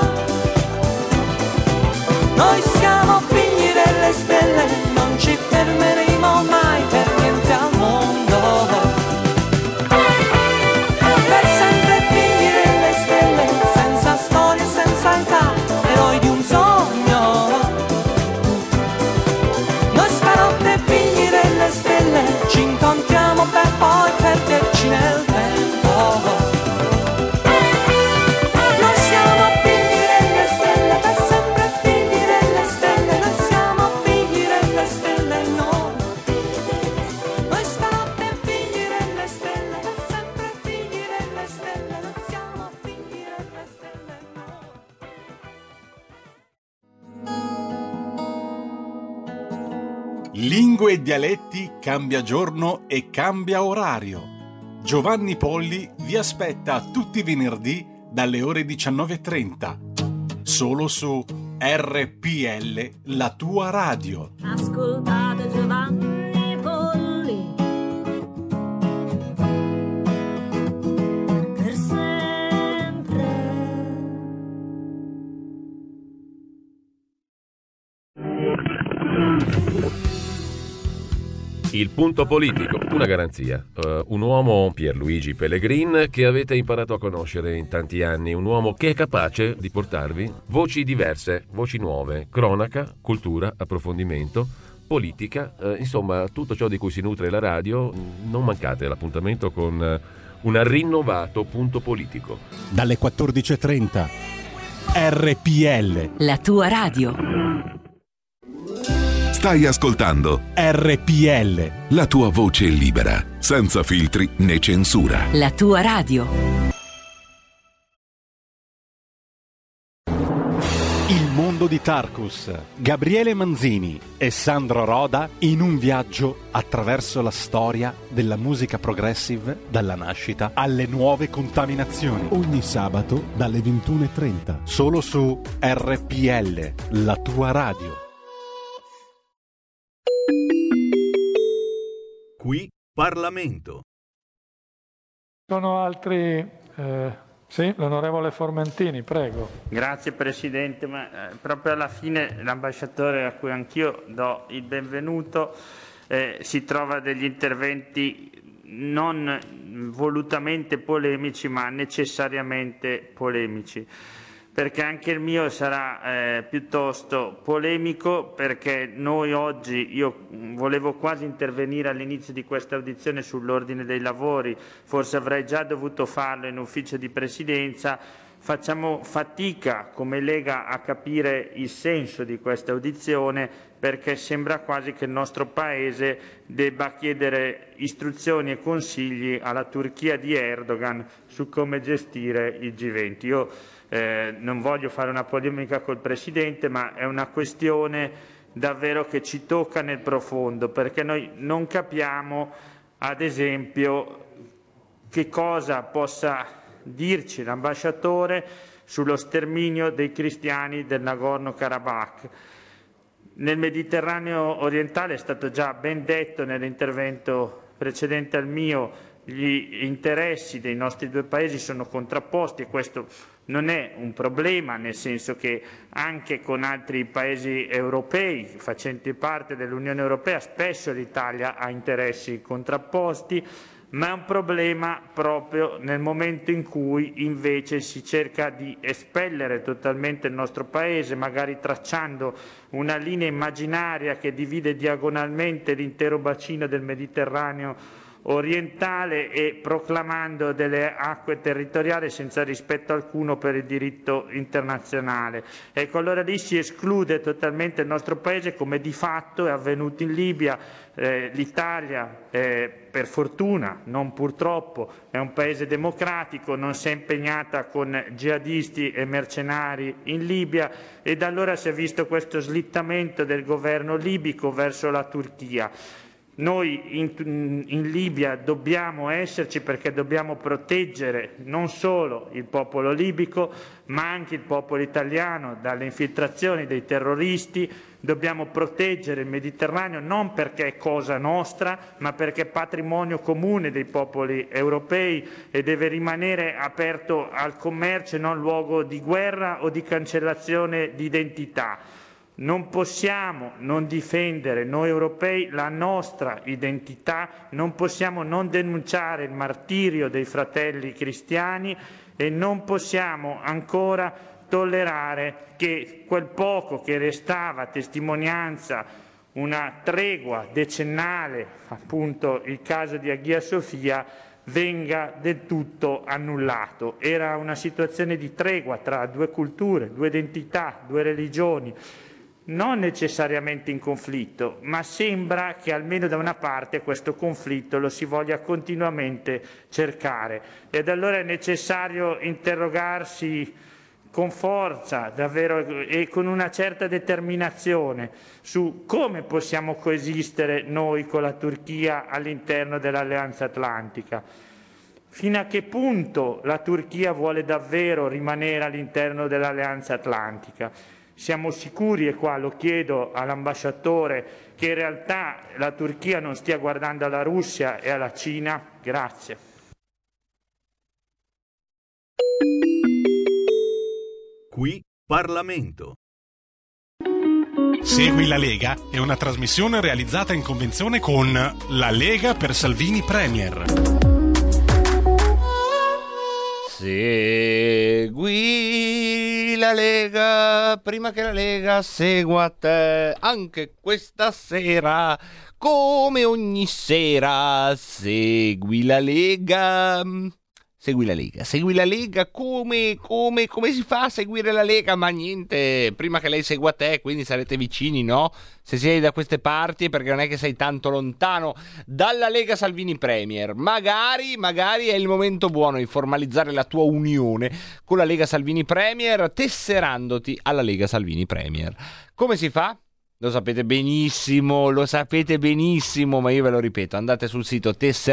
Noi siamo figli delle stelle, non ci fermeremo mai per niente al mondo. Per sempre figli delle stelle, senza storia, senza età, eroi di un sogno. Noi stanotte figli delle stelle, ci incontriamo per poi perderci nel tempo. Noi siamo figli delle stelle, per sempre figli delle stelle. Noi siamo figli delle stelle, no. Noi stanotte figli delle stelle, per sempre figli delle stelle. Noi siamo figli delle stelle, no. Lingue e dialetti cambia giorno e cambia orario. Giovanni Polli vi aspetta tutti i venerdì dalle ore 19:30. Solo su RPL, la tua radio. Ascoltate Giovanni Polli per sempre. Il punto politico, una garanzia. Un uomo, Pierluigi Pellegrin, che avete imparato a conoscere in tanti anni. Un uomo che è capace di portarvi voci diverse, voci nuove, cronaca, cultura, approfondimento, politica, insomma tutto ciò di cui si nutre la radio. Non mancate l'appuntamento con un rinnovato punto politico. Dalle 14:30. RPL. La tua radio. Stai ascoltando RPL. la tua voce libera, senza filtri né censura. La tua radio. Il mondo di Tarkus, Gabriele Manzini e Sandro Roda in un viaggio attraverso la storia della musica progressive dalla nascita alle nuove contaminazioni. Ogni sabato dalle 21:30. Solo su RPL, la tua radio. Qui Parlamento. Sono altri... Sì, l'onorevole Formentini, prego. Grazie Presidente, ma proprio alla fine l'ambasciatore a cui anch'io do il benvenuto si trova degli interventi non volutamente polemici ma necessariamente polemici, perché anche il mio sarà piuttosto polemico, perché noi oggi, io volevo quasi intervenire all'inizio di questa audizione sull'ordine dei lavori, forse avrei già dovuto farlo in ufficio di presidenza. Facciamo fatica come Lega a capire il senso di questa audizione, perché sembra quasi che il nostro Paese debba chiedere istruzioni e consigli alla Turchia di Erdogan su come gestire il G20. Io non voglio fare una polemica col Presidente, ma è una questione davvero che ci tocca nel profondo, perché noi non capiamo, ad esempio, che cosa possa dirci l'ambasciatore sullo sterminio dei cristiani del Nagorno-Karabakh. Nel Mediterraneo orientale è stato già ben detto nell'intervento precedente al mio gli interessi dei nostri due paesi sono contrapposti, e questo non è un problema, nel senso che anche con altri paesi europei facenti parte dell'Unione Europea spesso l'Italia ha interessi contrapposti, ma è un problema proprio nel momento in cui invece si cerca di espellere totalmente il nostro Paese, magari tracciando una linea immaginaria che divide diagonalmente l'intero bacino del Mediterraneo orientale e proclamando delle acque territoriali senza rispetto alcuno per il diritto internazionale. Ecco, allora lì si esclude totalmente il nostro Paese, come di fatto è avvenuto in Libia. L'Italia, per fortuna, non purtroppo, è un paese democratico, non si è impegnata con jihadisti e mercenari in Libia, e da allora si è visto questo slittamento del governo libico verso la Turchia. Noi in Libia dobbiamo esserci perché dobbiamo proteggere non solo il popolo libico, ma anche il popolo italiano dalle infiltrazioni dei terroristi. Dobbiamo proteggere il Mediterraneo non perché è cosa nostra, ma perché è patrimonio comune dei popoli europei e deve rimanere aperto al commercio e non luogo di guerra o di cancellazione di identità. Non possiamo non difendere noi europei la nostra identità, non possiamo non denunciare il martirio dei fratelli cristiani e non possiamo ancora tollerare che quel poco che restava testimonianza, una tregua decennale, appunto il caso di Hagia Sofia, venga del tutto annullato. Era una situazione di tregua tra due culture, due identità, due religioni, non necessariamente in conflitto, ma sembra che almeno da una parte questo conflitto lo si voglia continuamente cercare. Ed allora è necessario interrogarsi con forza, davvero, e con una certa determinazione su come possiamo coesistere noi con la Turchia all'interno dell'Alleanza Atlantica. Fino a che punto la Turchia vuole davvero rimanere all'interno dell'Alleanza Atlantica? Siamo sicuri, e qua lo chiedo all'ambasciatore, che in realtà la Turchia non stia guardando alla Russia e alla Cina? Grazie. Qui Parlamento. Segui la Lega è una trasmissione realizzata in convenzione con La Lega per Salvini Premier. Segui la Lega prima che la Lega segua te, anche questa sera, come ogni sera. Segui la Lega. Segui la Lega, segui la Lega, come si fa a seguire la Lega? Ma niente, prima che lei segua te, quindi sarete vicini, no? Se sei da queste parti, perché non è che sei tanto lontano dalla Lega Salvini Premier. Magari è il momento buono di formalizzare la tua unione con la Lega Salvini Premier, tesserandoti alla Lega Salvini Premier. Come si fa? Lo sapete benissimo, ma io ve lo ripeto, andate sul sito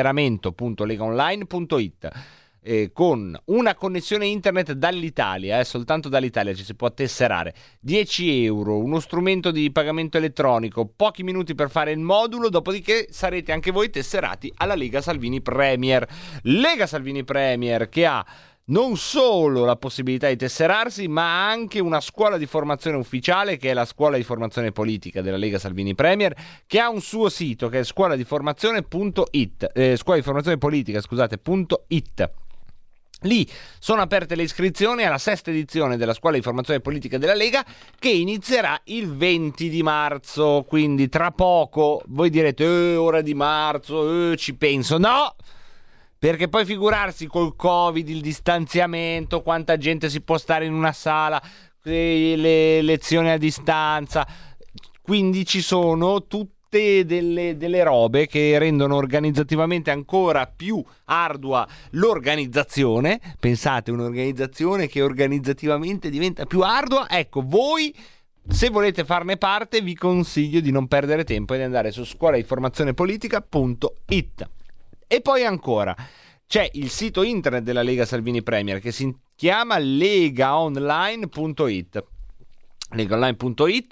tesseramento.legaonline.it. Con una connessione internet dall'Italia, soltanto dall'Italia ci si può tesserare. 10 euro, uno strumento di pagamento elettronico, pochi minuti per fare il modulo, dopodiché sarete anche voi tesserati alla Lega Salvini Premier. Lega Salvini Premier che ha non solo la possibilità di tesserarsi, ma anche una scuola di formazione ufficiale, che è la scuola di formazione politica della Lega Salvini Premier, che ha un suo sito che è scuoladiformazione.it, scuola di formazione politica, .it. Lì sono aperte le iscrizioni alla 6ª edizione della Scuola di Formazione Politica della Lega, che inizierà il 20 di marzo, quindi tra poco. Voi direte, ora di marzo, ci penso. No! Perché poi figurarsi col Covid, il distanziamento, quanta gente si può stare in una sala, le lezioni a distanza. Quindi ci sono tutte delle robe che rendono organizzativamente ancora più ardua l'organizzazione. Pensate, un'organizzazione che organizzativamente diventa più ardua. Ecco, voi, se volete farne parte, vi consiglio di non perdere tempo e di andare su scuoladiformazionepolitica.it. E poi ancora c'è il sito internet della Lega Salvini Premier, che si chiama legaonline.it. legaonline.it,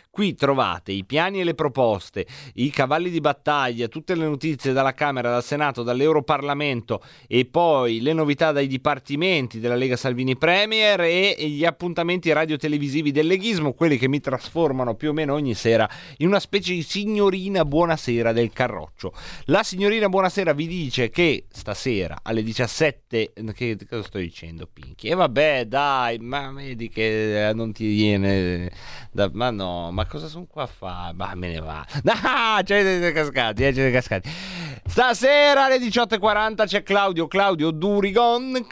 Qui trovate i piani e le proposte, i cavalli di battaglia, tutte le notizie dalla Camera, dal Senato, dall'Europarlamento e poi le novità dai dipartimenti della Lega Salvini Premier e gli appuntamenti radiotelevisivi del leghismo, quelli che mi trasformano più o meno ogni sera in una specie di signorina buonasera del Carroccio. La signorina buonasera vi dice che stasera alle 17, che cosa sto dicendo, Pinky? E vabbè, dai, ma vedi che non ti viene ma no, ma cosa sono qua a fare? Ma me ne va. Ah, ce ne siete cascati. Stasera alle 18:40 c'è Claudio Durigon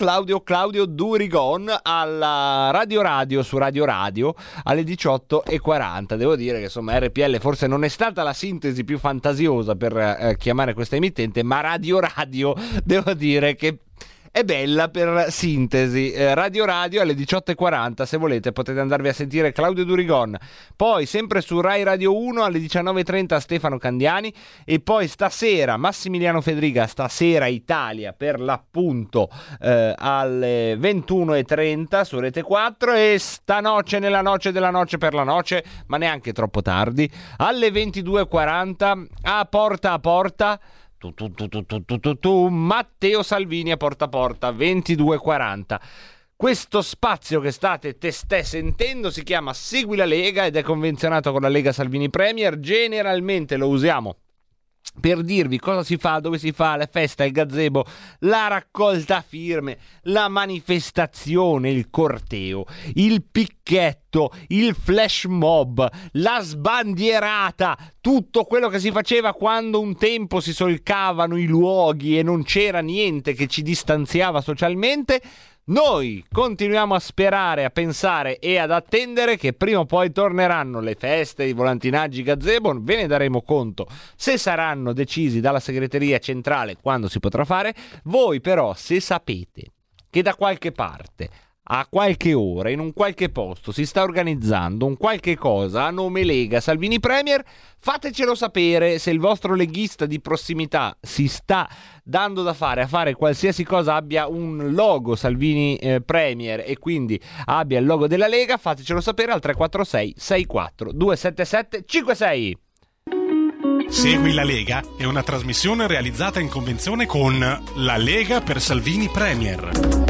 alla Radio su Radio alle 18:40. Devo dire che insomma RPL forse non è stata la sintesi più fantasiosa per chiamare questa emittente, ma Radio devo dire che è bella per sintesi. Radio alle 18:40, se volete potete andarvi a sentire Claudio Durigon. Poi sempre su Rai Radio 1 alle 19:30 Stefano Candiani, e poi stasera Massimiliano Fedriga, Stasera Italia per l'appunto alle 21:30 su Rete 4, e stanoce nella noce della noce per la noce, ma neanche troppo tardi, alle 22:40 a Porta Matteo Salvini a Porta 22:40. Questo spazio che state testè sentendo si chiama Segui la Lega ed è convenzionato con la Lega Salvini Premier. Generalmente lo usiamo per dirvi cosa si fa, dove si fa la festa, il gazebo, la raccolta firme, la manifestazione, il corteo, il picchetto, il flash mob, la sbandierata, tutto quello che si faceva quando un tempo si solcavano i luoghi e non c'era niente che ci distanziava socialmente. Noi continuiamo a sperare, a pensare e ad attendere che prima o poi torneranno le feste, i volantinaggi, i gazebo. Ve ne daremo conto se saranno decisi dalla segreteria centrale, quando si potrà fare. Voi però, se sapete che da qualche parte, a qualche ora, in un qualche posto si sta organizzando un qualche cosa a nome Lega Salvini Premier, fatecelo sapere. Se il vostro leghista di prossimità si sta dando da fare a fare qualsiasi cosa abbia un logo Salvini Premier e quindi abbia il logo della Lega, fatecelo sapere al 346 64 277 56. Segui la Lega è una trasmissione realizzata in convenzione con la Lega per Salvini Premier.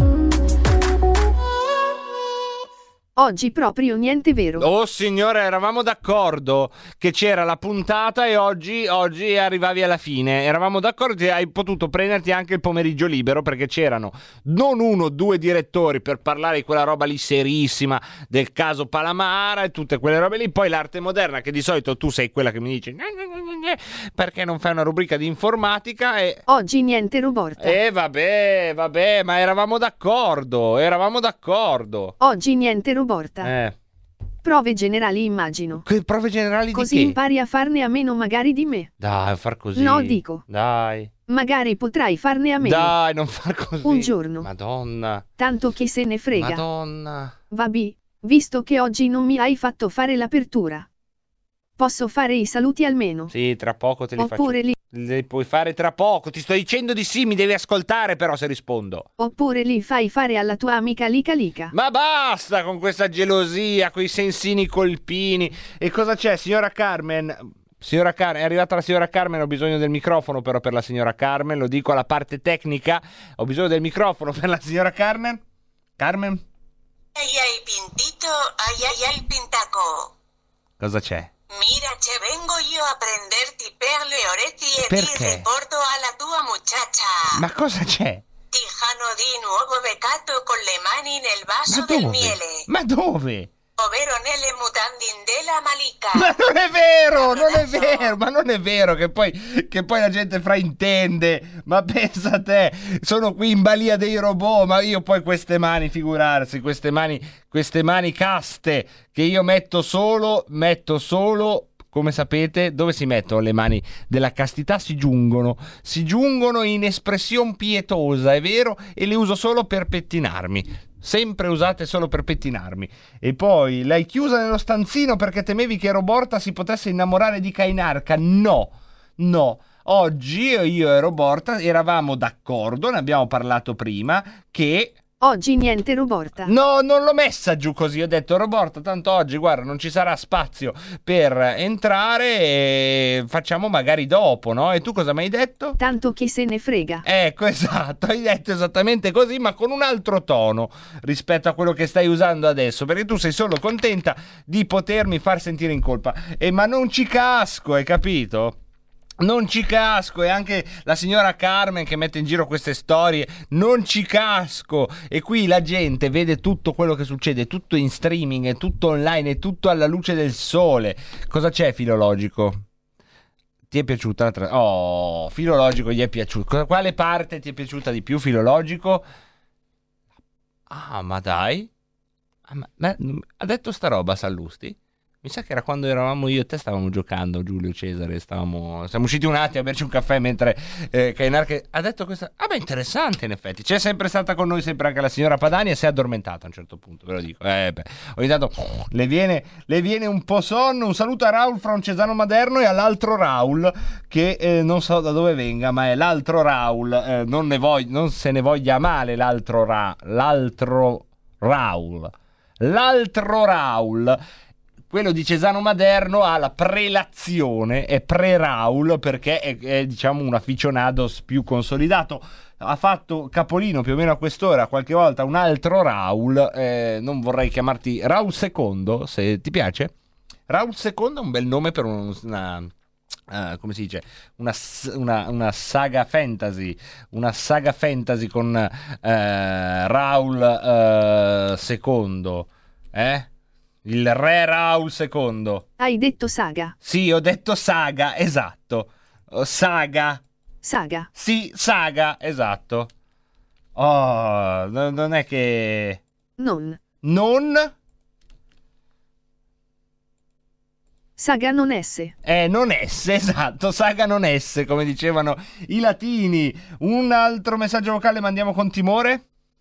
Oggi proprio niente vero. Oh signore, eravamo d'accordo che c'era la puntata e oggi arrivavi alla fine. Eravamo d'accordo che hai potuto prenderti anche il pomeriggio libero, perché c'erano non 1-2 direttori per parlare di quella roba lì serissima del caso Palamara e tutte quelle robe lì. Poi l'arte moderna, che di solito tu sei quella che mi dici perché non fai una rubrica di informatica, e oggi niente Roborta. Vabbè, ma eravamo d'accordo. Oggi niente Roborta. Prove generali, immagino. Che prove generali così di che? Impari a farne a meno magari di me. Dai, far così. No, dico. Dai. Magari potrai farne a meno. Dai, non far così. Un giorno. Madonna. Tanto chi se ne frega. Madonna. Vabbè, visto che oggi non mi hai fatto fare l'apertura, posso fare i saluti almeno? Sì, tra poco te li faccio. Oppure li puoi fare tra poco. Ti sto dicendo di sì, mi devi ascoltare però se rispondo. Oppure li fai fare alla tua amica Lica. Ma basta con questa gelosia, quei sensini colpini. E cosa c'è, signora Carmen? Signora Carmen, è arrivata la signora Carmen, ho bisogno del microfono però per la signora Carmen, lo dico alla parte tecnica, ho bisogno del microfono per la signora Carmen. Carmen? Ay, pintito, ay, pintaco. Cosa c'è? Mira, che vengo io a prenderti per le orecchie e Perché? ti riporto alla tua muchacha. Ma cosa c'è? Ti hanno di nuovo beccato con le mani nel vaso del miele. Ma dove? Ovvero nelle mutandine della Malika. Ma non è vero che poi la gente fraintende. Ma pensa a te, sono qui in balia dei robot, ma io poi queste mani, figurarsi, queste mani caste che io metto solo, come sapete, dove si mettono le mani della castità? Si giungono in espressione pietosa, è vero, e le uso solo per pettinarmi. Sempre usate solo per pettinarmi. E poi l'hai chiusa nello stanzino perché temevi che Roborta si potesse innamorare di Cainarca? No. Oggi io e Roborta eravamo d'accordo, ne abbiamo parlato prima, che Oggi niente Roborta. No, non l'ho messa giù così, ho detto Roborta, tanto oggi guarda non ci sarà spazio per entrare e facciamo magari dopo, no? E tu cosa mi hai detto? Tanto chi se ne frega. Ecco, esatto, hai detto esattamente così, ma con un altro tono rispetto a quello che stai usando adesso, perché tu sei solo contenta di potermi far sentire in colpa. Ma non ci casco, hai capito? Non ci casco, e anche la signora Carmen che mette in giro queste storie, non ci casco. E qui la gente vede tutto quello che succede, tutto in streaming, è tutto online, è tutto alla luce del sole. Cosa c'è, Filologico? Ti è piaciuta? Oh, Filologico gli è piaciuto. Quale parte ti è piaciuta di più, Filologico? Ah, ma dai. Ha detto sta roba Sallusti? Mi sa che era quando eravamo io e te stavamo giocando, Giulio Cesare, siamo usciti un attimo a berci un caffè mentre Kainar che ha detto questa... Ah beh, interessante in effetti, c'è sempre stata con noi sempre anche la signora Padani e si è addormentata a un certo punto, ve lo dico. Ogni tanto le viene un po' sonno. Un saluto a Raul Francesano Maderno e all'altro Raul che non so da dove venga, ma è l'altro Raul, non se ne voglia male l'altro Raul. Quello di Cesano Maderno ha la prelazione, è pre-Raul perché è diciamo un aficionados più consolidato. Ha fatto capolino più o meno a quest'ora qualche volta un altro Raul, non vorrei chiamarti Raul II, se ti piace. Raul II è un bel nome per una come si dice? Una saga fantasy, con Raul II, il re Raul II. Hai detto saga? Sì, ho detto saga, esatto. Saga. Sì, saga, esatto. Oh, non è che... Non? Saga non esse. Non esse, esatto, saga non esse, come dicevano i latini. Un altro messaggio vocale mandiamo con timore.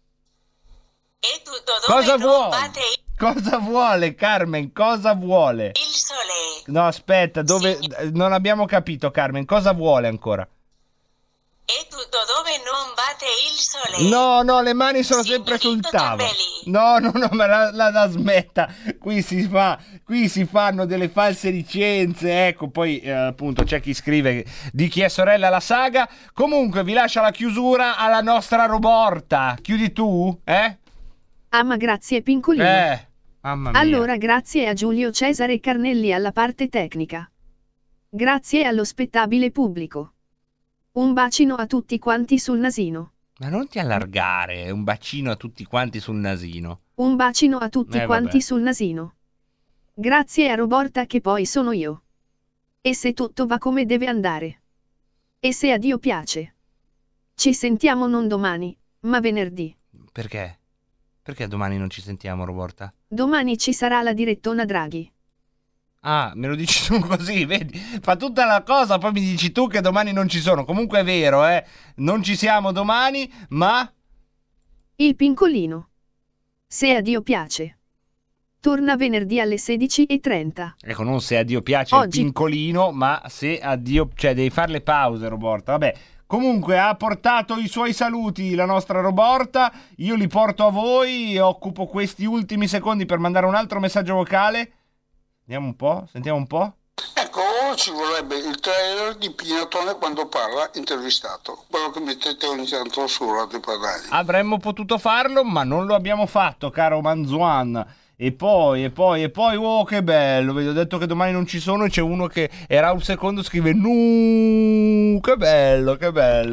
E tutto Cosa vuole? Cosa vuole, Carmen? Cosa vuole? Il sole. No, aspetta, dove... Non abbiamo capito, Carmen. Cosa vuole ancora? E tutto dove non batte il sole. No, le mani sono sempre sul tavolo. No, ma la smetta. Qui si fanno delle false licenze. Ecco, poi appunto c'è chi scrive di chi è sorella la saga. Comunque vi lascio la chiusura alla nostra Roborta. Chiudi tu, Ah, ma grazie Pincolino. Mamma mia. Allora grazie a Giulio Cesare Carnelli alla parte tecnica. Grazie allo spettabile pubblico. Un bacino a tutti quanti sul nasino. Ma non ti allargare, un bacino a tutti quanti sul nasino. Un bacino a tutti quanti vabbè. sul nasino. Grazie a Roborta che poi sono io. E se tutto va come deve andare. E se a Dio piace. Ci sentiamo non domani, ma venerdì. Perché? Perché domani non ci sentiamo, Roborta? Domani ci sarà la direttona Draghi. Ah, me lo dici tu così, vedi? Fa tutta la cosa, poi mi dici tu che domani non ci sono. Comunque è vero, non ci siamo domani, ma... Il Pincolino. Se a Dio piace. Torna venerdì alle 16:30. Ecco, non se a Dio piace Oggi... il Pincolino, ma se a Dio... Cioè, devi fare le pause, Roborta. Vabbè, comunque ha portato i suoi saluti la nostra Roborta. Io li porto a voi, occupo questi ultimi secondi per mandare un altro messaggio vocale. Andiamo un po', sentiamo un po'. Ecco, ci vorrebbe il trailer di Pinatone quando parla intervistato, quello che mettete ogni tanto su Radio Padania. Avremmo potuto farlo, ma non lo abbiamo fatto, caro Manzuan. E poi, oh che bello, vedo, ho detto che domani non ci sono e c'è uno che era un secondo, scrive nu, che bello. È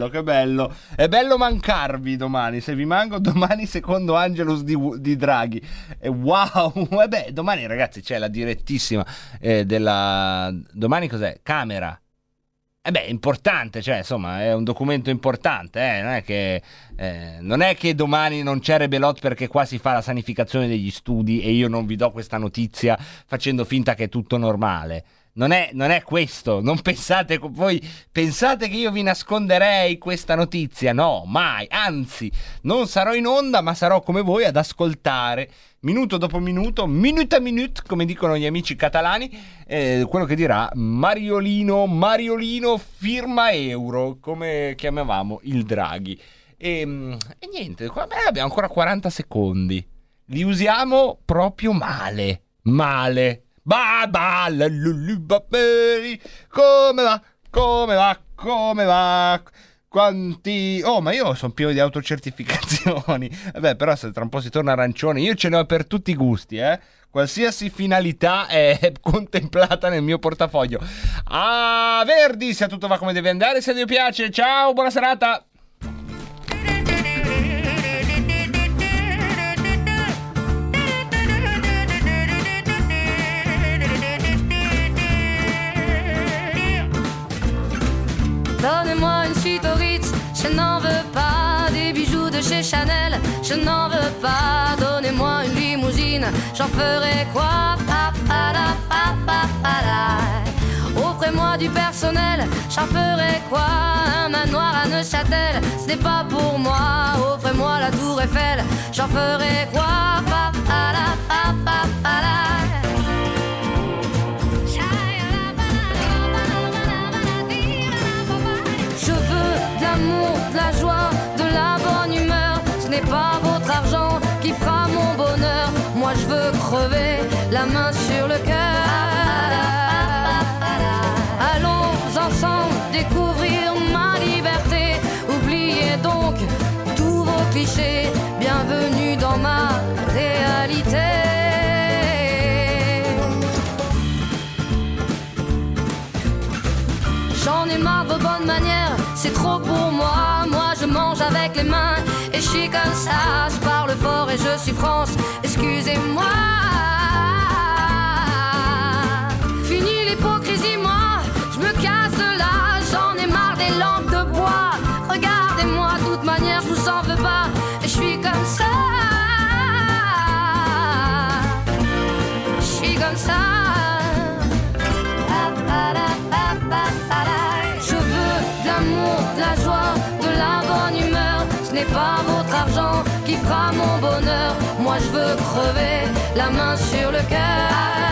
bello mancarvi domani, se vi manco domani secondo Angelus di Draghi. Wow, domani ragazzi c'è la direttissima domani cos'è? Camera. È importante, cioè insomma è un documento importante, non è che domani non c'è Rebelot perché qua si fa la sanificazione degli studi e io non vi do questa notizia facendo finta che è tutto normale. Non è questo, non pensate, voi pensate che io vi nasconderei questa notizia? No, mai, anzi, non sarò in onda, ma sarò come voi ad ascoltare minuto dopo minuto, minute a minute, come dicono gli amici catalani, quello che dirà Mariolino firma euro, come chiamavamo il Draghi. E niente, qua abbiamo ancora 40 secondi. Li usiamo proprio male. Come va? Quanti... Oh, ma io sono pieno di autocertificazioni. Vabbè, però se tra un po' si torna arancione, io ce ne ho per tutti i gusti, Qualsiasi finalità è contemplata nel mio portafoglio. Verdi, se tutto va come deve andare, se vi piace. Ciao, buona serata. Donnez-moi une suite au Ritz, je n'en veux pas. Des bijoux de chez Chanel, je n'en veux pas. Donnez-moi une limousine, j'en ferai quoi? Offrez-moi du personnel, j'en ferai quoi? Un manoir à Neuchâtel, ce n'est pas pour moi. Offrez-moi la tour Eiffel, j'en ferai quoi? Je veux de l'amour, de la joie, de la bonne humeur. Ce n'est pas votre argent qui fera mon bonheur. Moi je veux crever, la main sur le cœur. Allons ensemble découvrir ma liberté. Oubliez donc tous vos clichés. Bienvenue dans ma réalité. J'en ai marre de vos bonnes manières, c'est trop pour moi. Moi je mange avec les mains et je suis comme ça. Je parle fort et je suis France, excusez-moi. Fini l'hypocrisie, moi, je me casse de là. J'en ai marre des lampes de bois. Regardez-moi, de toute manière je vous en veux pas. Et je suis comme ça. Je suis comme ça. De la joie, de la bonne humeur. Ce n'est pas votre argent qui fera mon bonheur. Moi je veux crever, la main sur le cœur.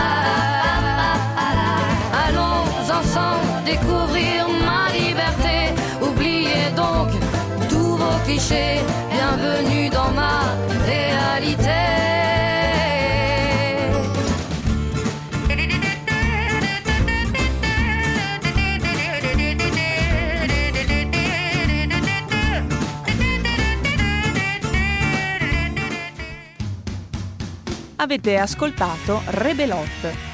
Allons ensemble découvrir ma liberté. Oubliez donc tous vos clichés. Bienvenue dans ma réalité. Avete ascoltato Rebelot,